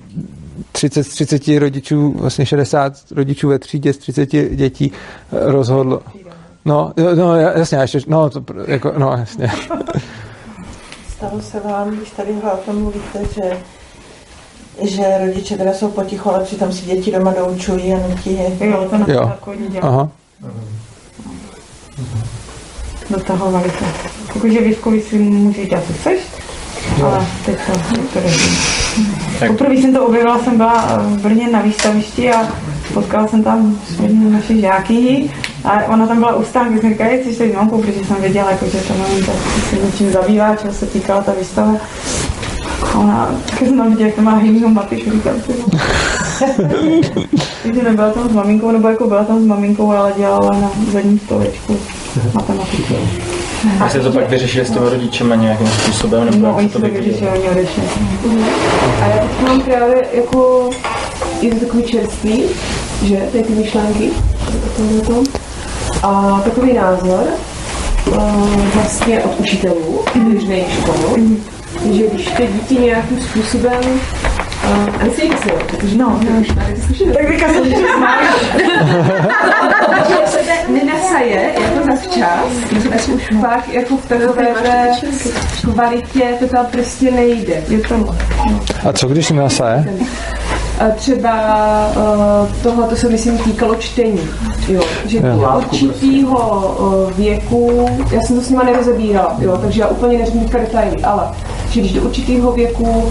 30 rodičů, vlastně 60 rodičů ve třídě z 30 dětí rozhodlo. No jasně, ještě, no, to, jako, no jasně. Stalo se vám, když tady o tom mluvíte, že rodiče teda jsou potichu, ale přitom si děti doma doučují a nutí je. Jo, to například hodně dělá. Aha. Dotahovali to. Jakože výškový si můžeš dělat, co chceš, ale teď to režím. Poprvé jsem to objevila, jsem byla v Brně na výstavišti a potkala jsem tam jednu naše žáky a ona tam byla u stánku, jsem říkala, jsi tady s mamkou, protože jsem věděla, jako, že ta maminka se něčím zabývá, čeho se týkala ta výstava. A ona, tak jsem tam viděla, jak to má hejnýho matiku, říkala si. Takže nebyla tam s maminkou, nebo jako byla tam s maminkou, ale dělala na zadní stolečku matematiku. A jste to pak vyřešili s těmi rodičema nějakým způsobem? Nebo no, oni se to vyřešili, oni odešli. A já teď mám právě jako, je to takový čerstvý, že tady ty myšlenky, a takový názor vlastně od učitelů, když nejde školu, že když ty děti nějakým způsobem a nesmíte se, protože no, tak teďka jsem nenasaje jako zavčas, tak už fakt jako v takové kvalitě to tam prostě nejde. Je to A co když nenasaje? Třeba tohle to se myslím týkalo čtení, jo, že od určitýho věku, já jsem to s nima nerozebírala, jo, takže já úplně neřeknu detaily, ale že když do určitýho věku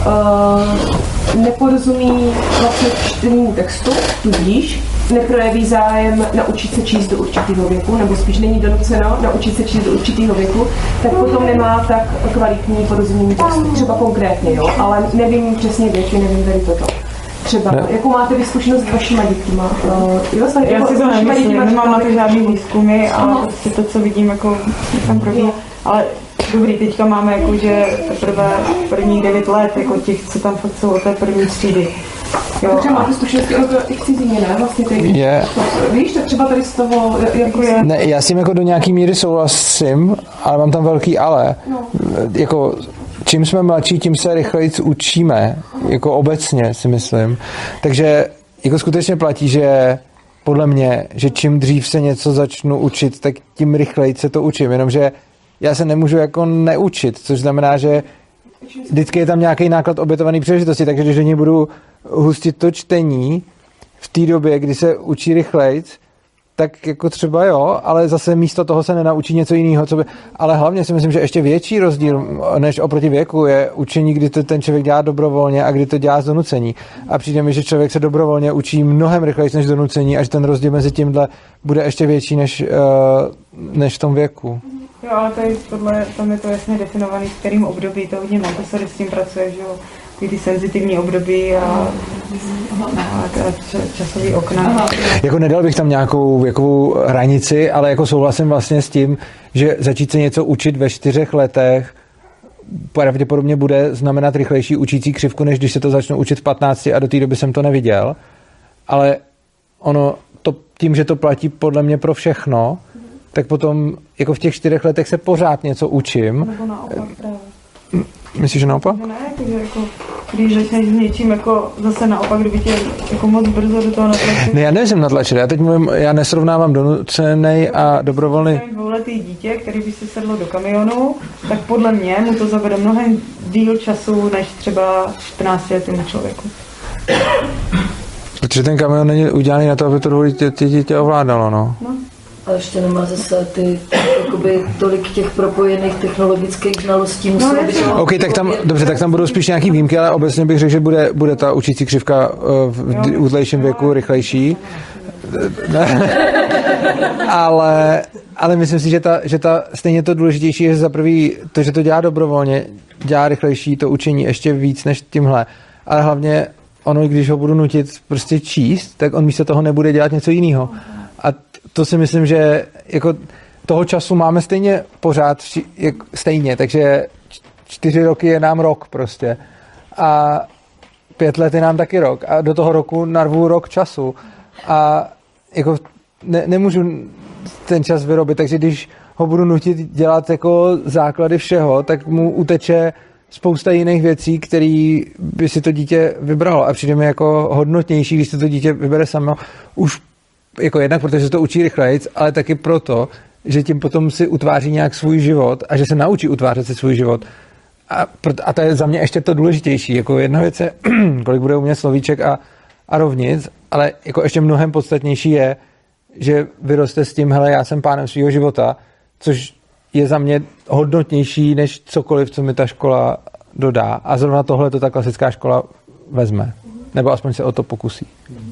neporozumí vlastně čtenému textu, tudíž neprojeví zájem naučit se číst do určitého věku, nebo spíš není donuceno naučit se číst do určitého věku, tak potom nemá tak kvalitní porozumění textu, třeba konkrétně, jo, ale nevím přesně věky, nevím tady toto. Třeba, jakou máte vy zkušenost s vašima dětma? Já si to nemyslím, nemám na to žádný výzkumy, ale prostě to, co vidím, jako tam probíhá. Ale dobrý, teďka máme jako, že teprve prvních 9 let, jako těch, co tam fakt jsou od té první třídy. Jo, třeba máte zkušenosti i k cizině, ne? Vlastně teď. Víš, tak třeba tady z toho, jako je... Ne, já s tím jako do nějaký míry souhlasím, ale mám tam velký ale. No. Jako čím jsme mladší, tím se rychleji učíme, jako obecně si myslím. Takže jako skutečně platí, že podle mě, že čím dřív se něco začnu učit, tak tím rychleji se to učím, jenomže já se nemůžu jako neučit, což znamená, že vždycky je tam nějaký náklad obětovaný příležitosti, takže když do něj budu hustit to čtení v té době, kdy se učí rychlejc, tak jako třeba jo, ale zase místo toho se nenaučí něco jiného. Ale hlavně si myslím, že ještě větší rozdíl než oproti věku je učení, kdy to ten člověk dělá dobrovolně a kdy to dělá z donucení. A přijde mi, že člověk se dobrovolně učí mnohem rychleji než donucení a že ten rozdíl mezi tímhle bude ještě větší než v tom věku. Jo, ale tam je to jasně definovaný, v kterým období to hodně Montessori s tím pracuje, že jo, ty senzitivní období a časový okna. Jako nedal bych tam nějakou věkovou hranici, ale jako souhlasím vlastně s tím, že začít se něco učit ve 4 letech pravděpodobně bude znamenat rychlejší učící křivku, než když se to začnu učit v 15 a do té doby jsem to neviděl. Ale ono tím, že to platí podle mě pro všechno, tak potom jako v těch 4 letech se pořád něco učím. Nebo naopak právě. Myslíš, že naopak? Ne, takže jako, když začneš s něčím jako zase naopak, kdyby tě jako moc brzo do toho natlačil. Ne, já nejsem natlačený, já nesrovnávám donucený a dobrovolný. Dvouletý dítě, který by si sedlo do kamionu, tak podle mě mu to zabere mnohem díl času, než třeba 14letému člověku. Protože ten kamion není udělaný na to, aby to dítě ovládalo, no. A ještě nemá zase jakoby tolik těch propojených technologických znalostí. OK, tak tam budou spíš nějaký výjimky, ale obecně bych řekl, že bude ta učící křivka v útlejším věku rychlejší. ale myslím si, že ta stejně to důležitější je, že za prvý to, že to dělá dobrovolně, dělá rychlejší to učení ještě víc než tímhle. Ale hlavně ono, když ho budu nutit prostě číst, tak on místo toho nebude dělat něco jiného. A to si myslím, že jako toho času máme stejně pořád stejně, takže 4 roky je nám rok prostě. A 5 let je nám taky rok. A do toho roku narvu rok času. A jako nemůžu ten čas vyrobit, takže když ho budu nutit dělat jako základy všeho, tak mu uteče spousta jiných věcí, které by si to dítě vybralo. A přijde mi jako hodnotnější, když si to dítě vybere samo už jako jednak, protože se to učí rychlejc, ale taky proto, že tím potom si utváří nějak svůj život a že se naučí utvářet si svůj život. A to je za mě ještě to důležitější. Jako jedna věc je, kolik bude umět slovíček a rovnic, ale jako ještě mnohem podstatnější je, že vyroste s tím, hele, já jsem pánem svého života, což je za mě hodnotnější než cokoliv, co mi ta škola dodá. A zrovna tohle to ta klasická škola vezme. Nebo aspoň se o to pokusí.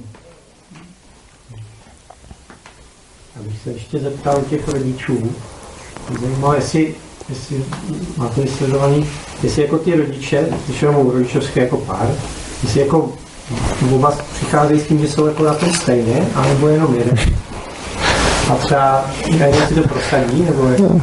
Abych se ještě zeptal těch rodičů, zajímalo, jestli máte vysledovaný, jestli jako ty rodiče, když mám rodičovské jako pár, jestli jako oba přicházejí s tím, že jsou jako na tom stejně, anebo jenom jeden. A třeba jeden si to prosadí, nebo jako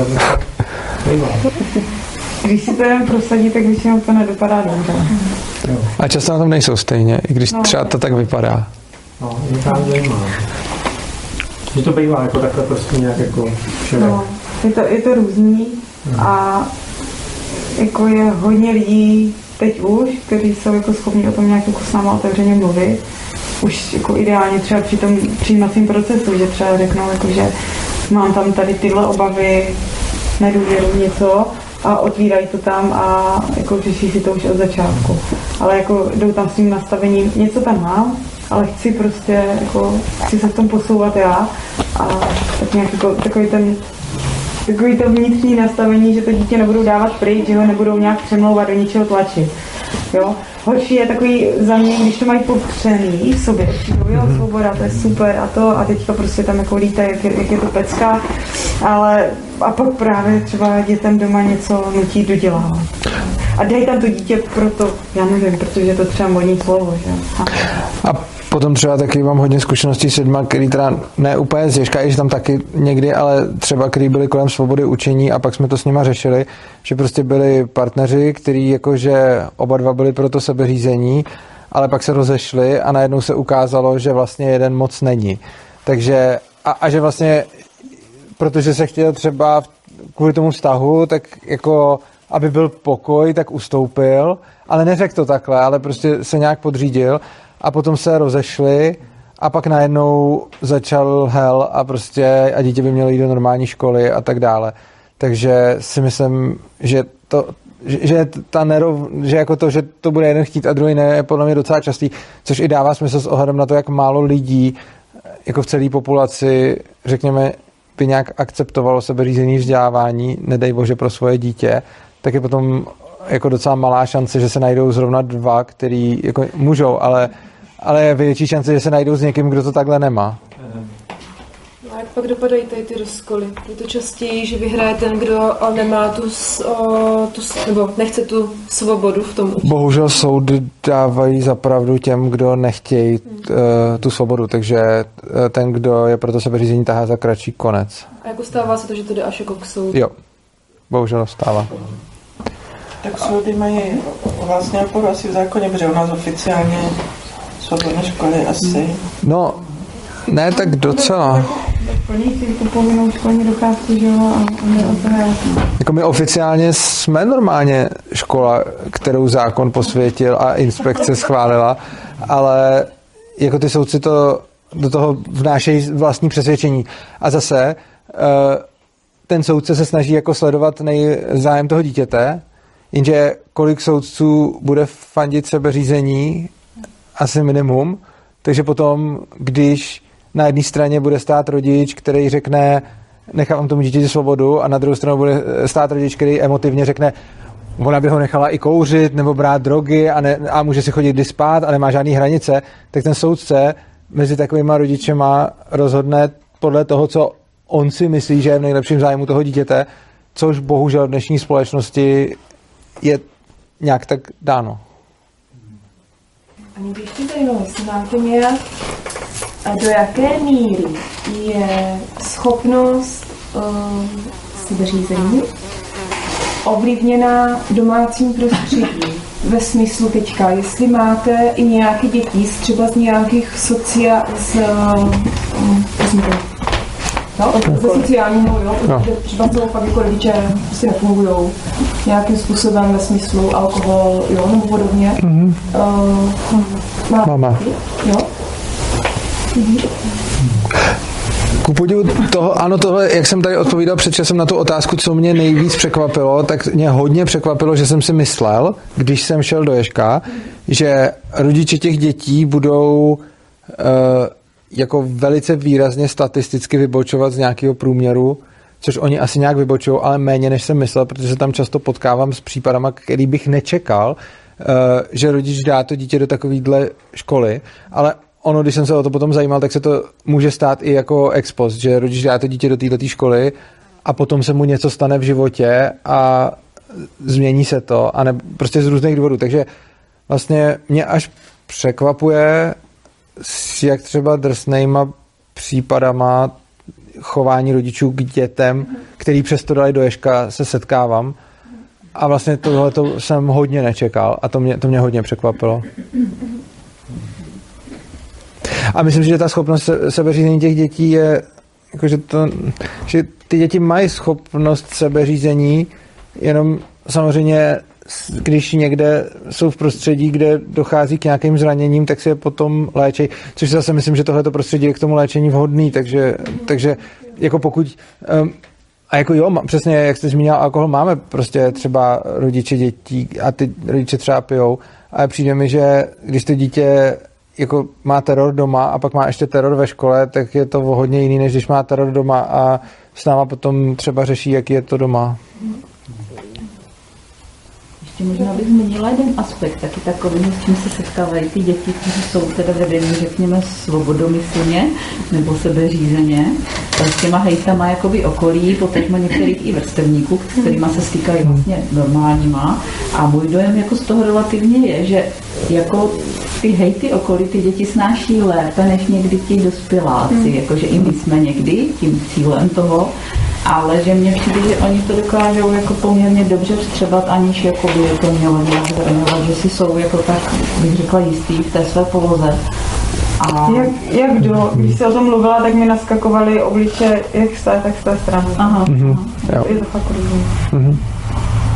když si to jen prosadí, tak většinou to nedopadá dobře. A často na tom nejsou stejně, i když třeba to tak vypadá. No, mě tam zajímá. Že to bývá jako takhle prostě nějak jako všelek. No, je to různý a jako je hodně lidí teď už, kteří jsou jako schopni o tom nějak jako s náma otevřeně mluvit. Už jako ideálně třeba při tom přijímacím procesu, že třeba řeknou, jako, že mám tam tady tyhle obavy, nedůvěru něco a otvírají to tam a jako řeší si to už od začátku. Ale jako jdou tam s tím nastavením, něco tam mám, ale chci prostě jako, chci se v tom posouvat já a tak nějak jako takový to vnitřní nastavení, že to dítě nebudou dávat pryč, že ho nebudou nějak přemlouvat, do ničeho tlačit. Jo? Horší je takový za mě, když to mají popřený v sobě, jo, svoboda, to je super a teďka prostě tam jako lítají, jak je to pecka, ale a pak právě třeba dětem doma něco nutí dodělávat. A dají tam to dítě proto, já nevím, protože to třeba modní slovo, že? A potom třeba taky mám hodně zkušeností s lidma, který teda ne úplně zježkají, že tam taky někdy, ale třeba který byli kolem svobody učení a pak jsme to s nima řešili, že prostě byli partneři, který jakože oba dva byli pro to sebeřízení, ale pak se rozešli a najednou se ukázalo, že vlastně jeden moc není. Takže a že vlastně, protože se chtěl třeba kvůli tomu vztahu, tak jako aby byl pokoj, tak ustoupil, ale neřekl to takhle, ale prostě se nějak podřídil a potom se rozešli a pak najednou začal hell a prostě a dítě by mělo jít do normální školy a tak dále. Takže si myslím, že jako to, že to bude jeden chtít a druhý ne, je podle mě docela častý, což i dává smysl s ohledem na to, jak málo lidí jako v celé populaci, řekněme, by nějak akceptovalo sebeřízený vzdělávání, nedej bože pro svoje dítě, tak je potom jako docela malá šance, že se najdou zrovna dva, který jako můžou, ale je větší šance, že se najdou s někým, kdo to takhle nemá. A jak pak dopadají tady ty rozkoly? Je to častěji, že vyhraje ten, kdo nemá nebo nechce tu svobodu v tom? Bohužel soudy dávají za pravdu těm, kdo nechtějí tu svobodu, takže ten, kdo je pro to sebeřízení, tahá za kratší konec. A jako stává se to, že to jde až jako k soudu? Jo, bohužel stává. Tak soudy mají vlastně oporu asi v zákoně, protože u nás oficiálně svobodné školy asi. No, ne, tak docela. Plní si tu povinnou školní docházku, že jo, Jako my oficiálně jsme normálně škola, kterou zákon posvětil a inspekce schválila, ale jako ty soudci to do toho vnášejí vlastní přesvědčení. A zase ten soudce se snaží jako sledovat zájem toho dítěte, jenže kolik soudců bude fandit sebeřízení, asi minimum, takže potom, když na jedné straně bude stát rodič, který řekne, nechám tomu dítěti svobodu, a na druhou stranu bude stát rodič, který emotivně řekne, ona by ho nechala i kouřit nebo brát drogy a může si chodit kdy spát a nemá žádný hranice, tak ten soudce mezi takovýma rodičema rozhodne podle toho, co on si myslí, že je v nejlepším zájmu toho dítěte, což bohužel v dnešní společnosti je nějak tak dáno. A mě by ještě zajímalo, jestli máte nějak, do jaké míry je schopnost sebeřízení ovlivněná domácím prostředím. Ve smyslu teďka, jestli máte i nějaké děti, třeba z nějakých ze sociálního, kde třeba jsou fakt jako rodiče prostě nefungujou nějakým způsobem ve smyslu alkohol, jo, nebo podobně. Mama. Jo? Ku podivu tohle, jak jsem tady odpovídal před časem na tu otázku, co mě nejvíc překvapilo, tak mě hodně překvapilo, že jsem si myslel, když jsem šel do Ježka, že rodiče těch dětí budou jako velice výrazně statisticky vybočovat z nějakého průměru, což oni asi nějak vybočují, ale méně, než jsem myslel, protože se tam často potkávám s případama, který bych nečekal, že rodič dá to dítě do takovýhle školy, ale ono, když jsem se o to potom zajímal, tak se to může stát i jako ex post, že rodič dá to dítě do této školy a potom se mu něco stane v životě a změní se to, a ne, prostě z různých důvodů. Takže vlastně mě až překvapuje, s jak třeba drsnejma případama chování rodičů k dětem, který přesto dali do Ježka, se setkávám. A vlastně tohleto jsem hodně nečekal a to mě hodně překvapilo. A myslím, že ta schopnost sebeřízení těch dětí je, jako, že ty děti mají schopnost sebeřízení, jenom samozřejmě, když někde jsou v prostředí, kde dochází k nějakým zraněním, tak si je potom léčí, což zase myslím, že tohleto prostředí je k tomu léčení vhodný, takže jako pokud a jako jo, přesně jak jste zmínil, alkohol máme prostě třeba rodiče dětí a ty rodiče třeba pijou, ale přijde mi, že když to dítě jako má teror doma a pak má ještě teror ve škole, tak je to o hodně jiný, než když má teror doma a s náma potom třeba řeší, jaký je to doma. Ještě možná bych zmínila jeden aspekt, taky takový, s čím se setkávají ty děti, kteří jsou teda vedení, řekněme, svobodomyslně nebo sebeřízeně, s těma hejtama jakoby okolí, potažmo některých i vrstevníků, s kterýma se stýkají vlastně normálníma. A můj dojem jako z toho relativně je, že jako ty hejty okolí ty děti snáší lépe než někdy ti dospěláci, jakože i my jsme někdy tím cílem toho, ale že mně přijde, že oni to dokážou jako poměrně dobře vstřebat, aniž jako by je to mělo nějak zraňovat, že si jsou jako tak, bych řekla, jistý v té své poloze. A jak kdo? Když se o tom mluvila, tak mi naskakovaly obliče jak z té, tak z té strany. Aha. Jo. Je to fakt různý.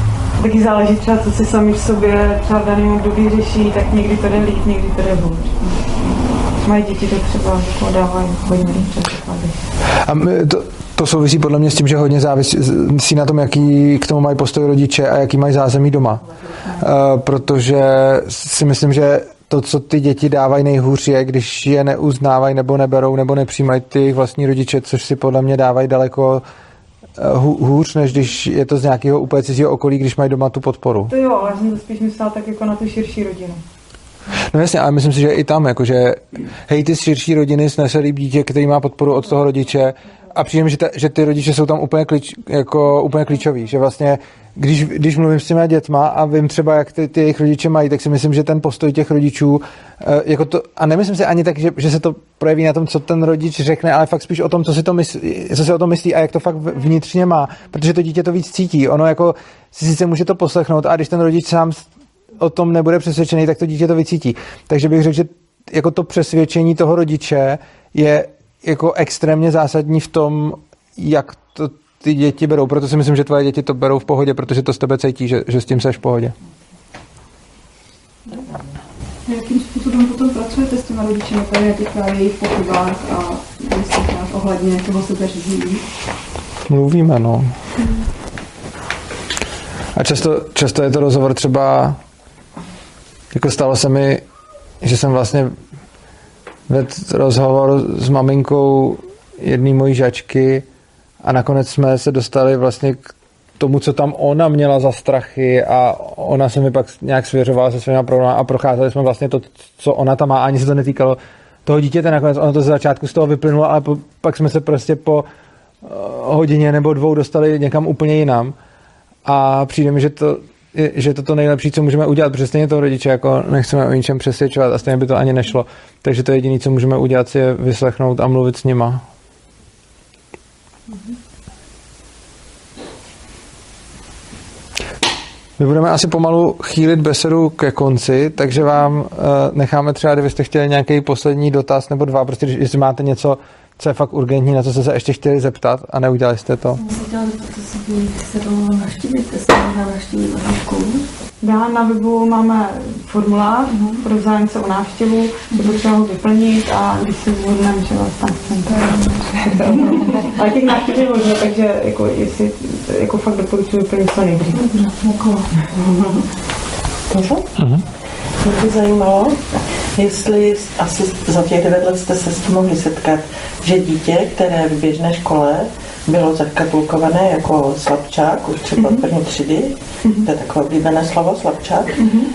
taky záleží třeba, co si sami v sobě třeba v daném období řeší, tak někdy to jde líp, někdy to jde hůř. Mají děti to třeba podávají hodně často. A to souvisí podle mě s tím, že hodně závisí na tom, jaký k tomu mají postoj rodiče a jaký mají zázemí doma. Protože si myslím, že to, co ty děti dávají nejhůř, je, když je neuznávají nebo neberou nebo nepřijímají ty jejich vlastní rodiče, což si podle mě dávají daleko hůř, než když je to z nějakého úplně cizího okolí, když mají doma tu podporu. To jo, ale já jsem to spíš myslela tak jako na tu širší rodinu. No jasně, ale myslím si, že i tam, jakože hej, ty z širší rodiny snese líp dítě, který má podporu od toho rodiče a přijde mi, že ty rodiče jsou tam úplně klíčoví, že vlastně, když mluvím s těmi dětma a vím třeba, jak ty jejich rodiče mají, tak si myslím, že ten postoj těch rodičů, jako to, a nemyslím si ani tak, že se to projeví na tom, co ten rodič řekne, ale fakt spíš o tom, co si o tom myslí a jak to fakt vnitřně má, protože to dítě to víc cítí, ono jako si sice může to poslechnout a když ten rodič sám o tom nebude přesvědčený, tak to dítě to vycítí. Takže bych řekl, že jako to přesvědčení toho rodiče je jako extrémně zásadní v tom, jak to ty děti berou. Proto si myslím, že tvoje děti to berou v pohodě, protože to z tebe cítí, že s tím seš v pohodě. Jakým způsobem potom pracujete s těma rodiči na těch právě jejich pochybách a myslíte ohledně toho sebeřízení? Mluvíme, no. A často je to rozhovor třeba, jako stalo se mi, že jsem vlastně vedl rozhovor s maminkou jedné mojí žačky a nakonec jsme se dostali vlastně k tomu, co tam ona měla za strachy a ona se mi pak nějak svěřovala se svýma problémy a procházeli jsme vlastně to, co ona tam má, ani se to netýkalo toho dítěte, nakonec ono to ze začátku z toho vyplynulo, ale pak jsme se prostě po hodině nebo 2 dostali někam úplně jinam a přijde mi, že je to nejlepší, co můžeme udělat, protože stejně toho rodiče jako nechceme o ničem přesvědčovat a stejně by to ani nešlo. Takže to jediné, co můžeme udělat, je vyslechnout a mluvit s nima. My budeme asi pomalu chýlit besedu ke konci, takže vám necháme třeba, kdybyste chtěli nějaký poslední dotaz nebo 2, prostě jestli máte něco, co je fakt urgentní, na co jste se ještě chtěli zeptat a neudělali jste to. Jsem se chtěla zeptat, jestli se to mohlo navštívit, jestli možná navštívit vaši školu. Dál na webu máme formulář pro zájemce o návštěvu, je potřeba ho vyplnit a když si zhodneme, že vás tam chceme. Ale těch návštěv je hodně, takže jako fakt doporučuji vyplnit co nejdřív. Mě by zajímalo, jestli asi za těch 9 let jste se s tím mohli setkat, že dítě, které v běžné škole bylo zakatulkované jako slabčák, už třeba první třídy, to je takové oblíbené slovo, slabčák,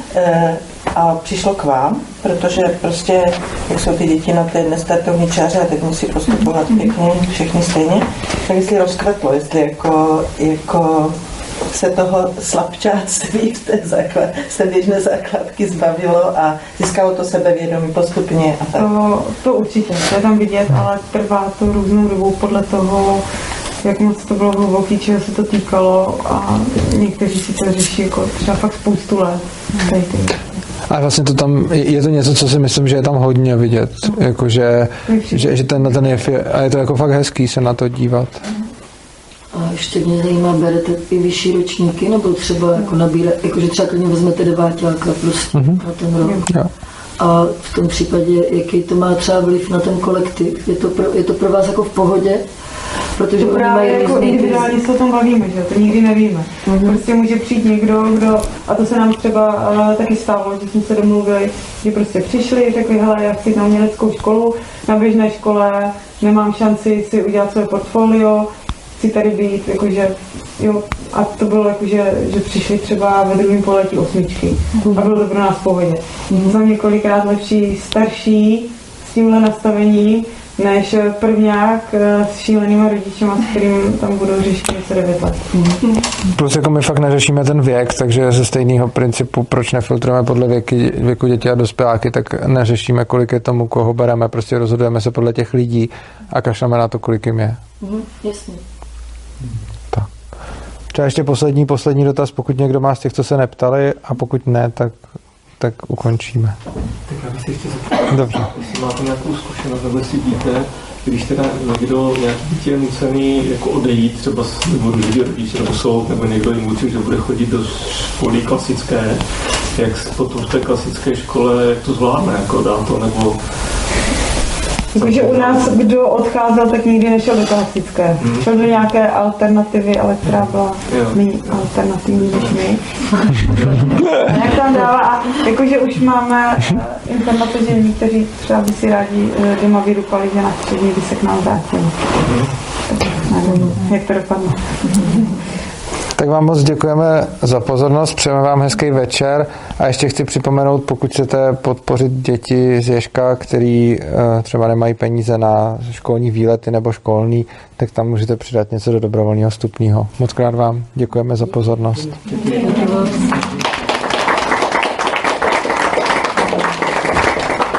a přišlo k vám, protože prostě, jak jsou ty děti na té nestartovní čáře a teď musí postupovat pěkně, všechny stejně, tak jestli rozkvetlo, jestli jako se toho slabčáctví z té běžné základky zbavilo a získalo to sebevědomí postupně a tak. To určitě, to je tam vidět, ale trvá to různou dobu podle toho, jak moc to bylo hluboký, čeho se to týkalo a někteří si to řeší jako třeba fakt spoustu let. A vlastně to tam, je to něco, co si myslím, že je tam hodně vidět, jakože, že ten jev je, a je to jako fakt hezký se na to dívat. A ještě mě zajímá, berete i vyšší ročníky, nebo třeba jako nabírat, jakože třeba klidně vezmete 9áka prostě na ten rok. Jo. A v tom případě, jaký to má třeba vliv na ten kolektiv? Je to pro vás jako v pohodě? Protože to právě jako individuálně se o tom bavíme, že to nikdy nevíme. Prostě může přijít někdo, a to se nám třeba taky stalo, že jsme se domluvili, že prostě přišli, řekli, hele, já chci na uměleckou školu, na běžné škole, nemám šanci si udělat své portfolio, chci tady být, jakože, jo, a to bylo jakože, že přišli třeba ve druhém poletí 8 a bylo to pro nás v pohodě. Za několikrát lepší starší s tímhle nastavením, než prvňák s šílenýma rodičema, s kterým tam budou řešit něco 9 let. Plus jako my fakt neřešíme ten věk, takže ze stejného principu, proč nefiltrujeme podle věku dětí a dospěláky, tak neřešíme, kolik je tomu, koho bereme, prostě rozhodujeme se podle těch lidí a kašleme na to, kolik jim je. Jasně. Tak. Třeba ještě poslední dotaz, pokud někdo má z těch, co se neptali, a pokud ne, tak ukončíme. Tak já bych se ještě zeptal, dobře. Jestli máte nějakou zkušenost, nebo jestli víte, když teda někdo nějaký dítě je nucený jako odejít, třeba z důvodu, že rodiče nebo soud, nebo někdo jim určí, že bude chodit do školy klasické, jak potom v té klasické škole, jak to zvládne, jako dá to, nebo... Takže u nás, kdo odcházel, tak nikdy nešel do klasické. Šel do nějaké alternativy, ale která byla méně alternativní než my. Jak tam dává, a jakože už máme informace, že někteří třeba by si rádi doma vyrupali, že na střední by se k nám vrátili. Nevím, jak to dopadne. Tak vám moc děkujeme za pozornost, přejeme vám hezký večer a ještě chci připomenout, pokud chcete podpořit děti z Ježka, který třeba nemají peníze na školní výlety nebo školní, tak tam můžete přidat něco do dobrovolného vstupního. Moc krát vám děkujeme za pozornost. Děkuji.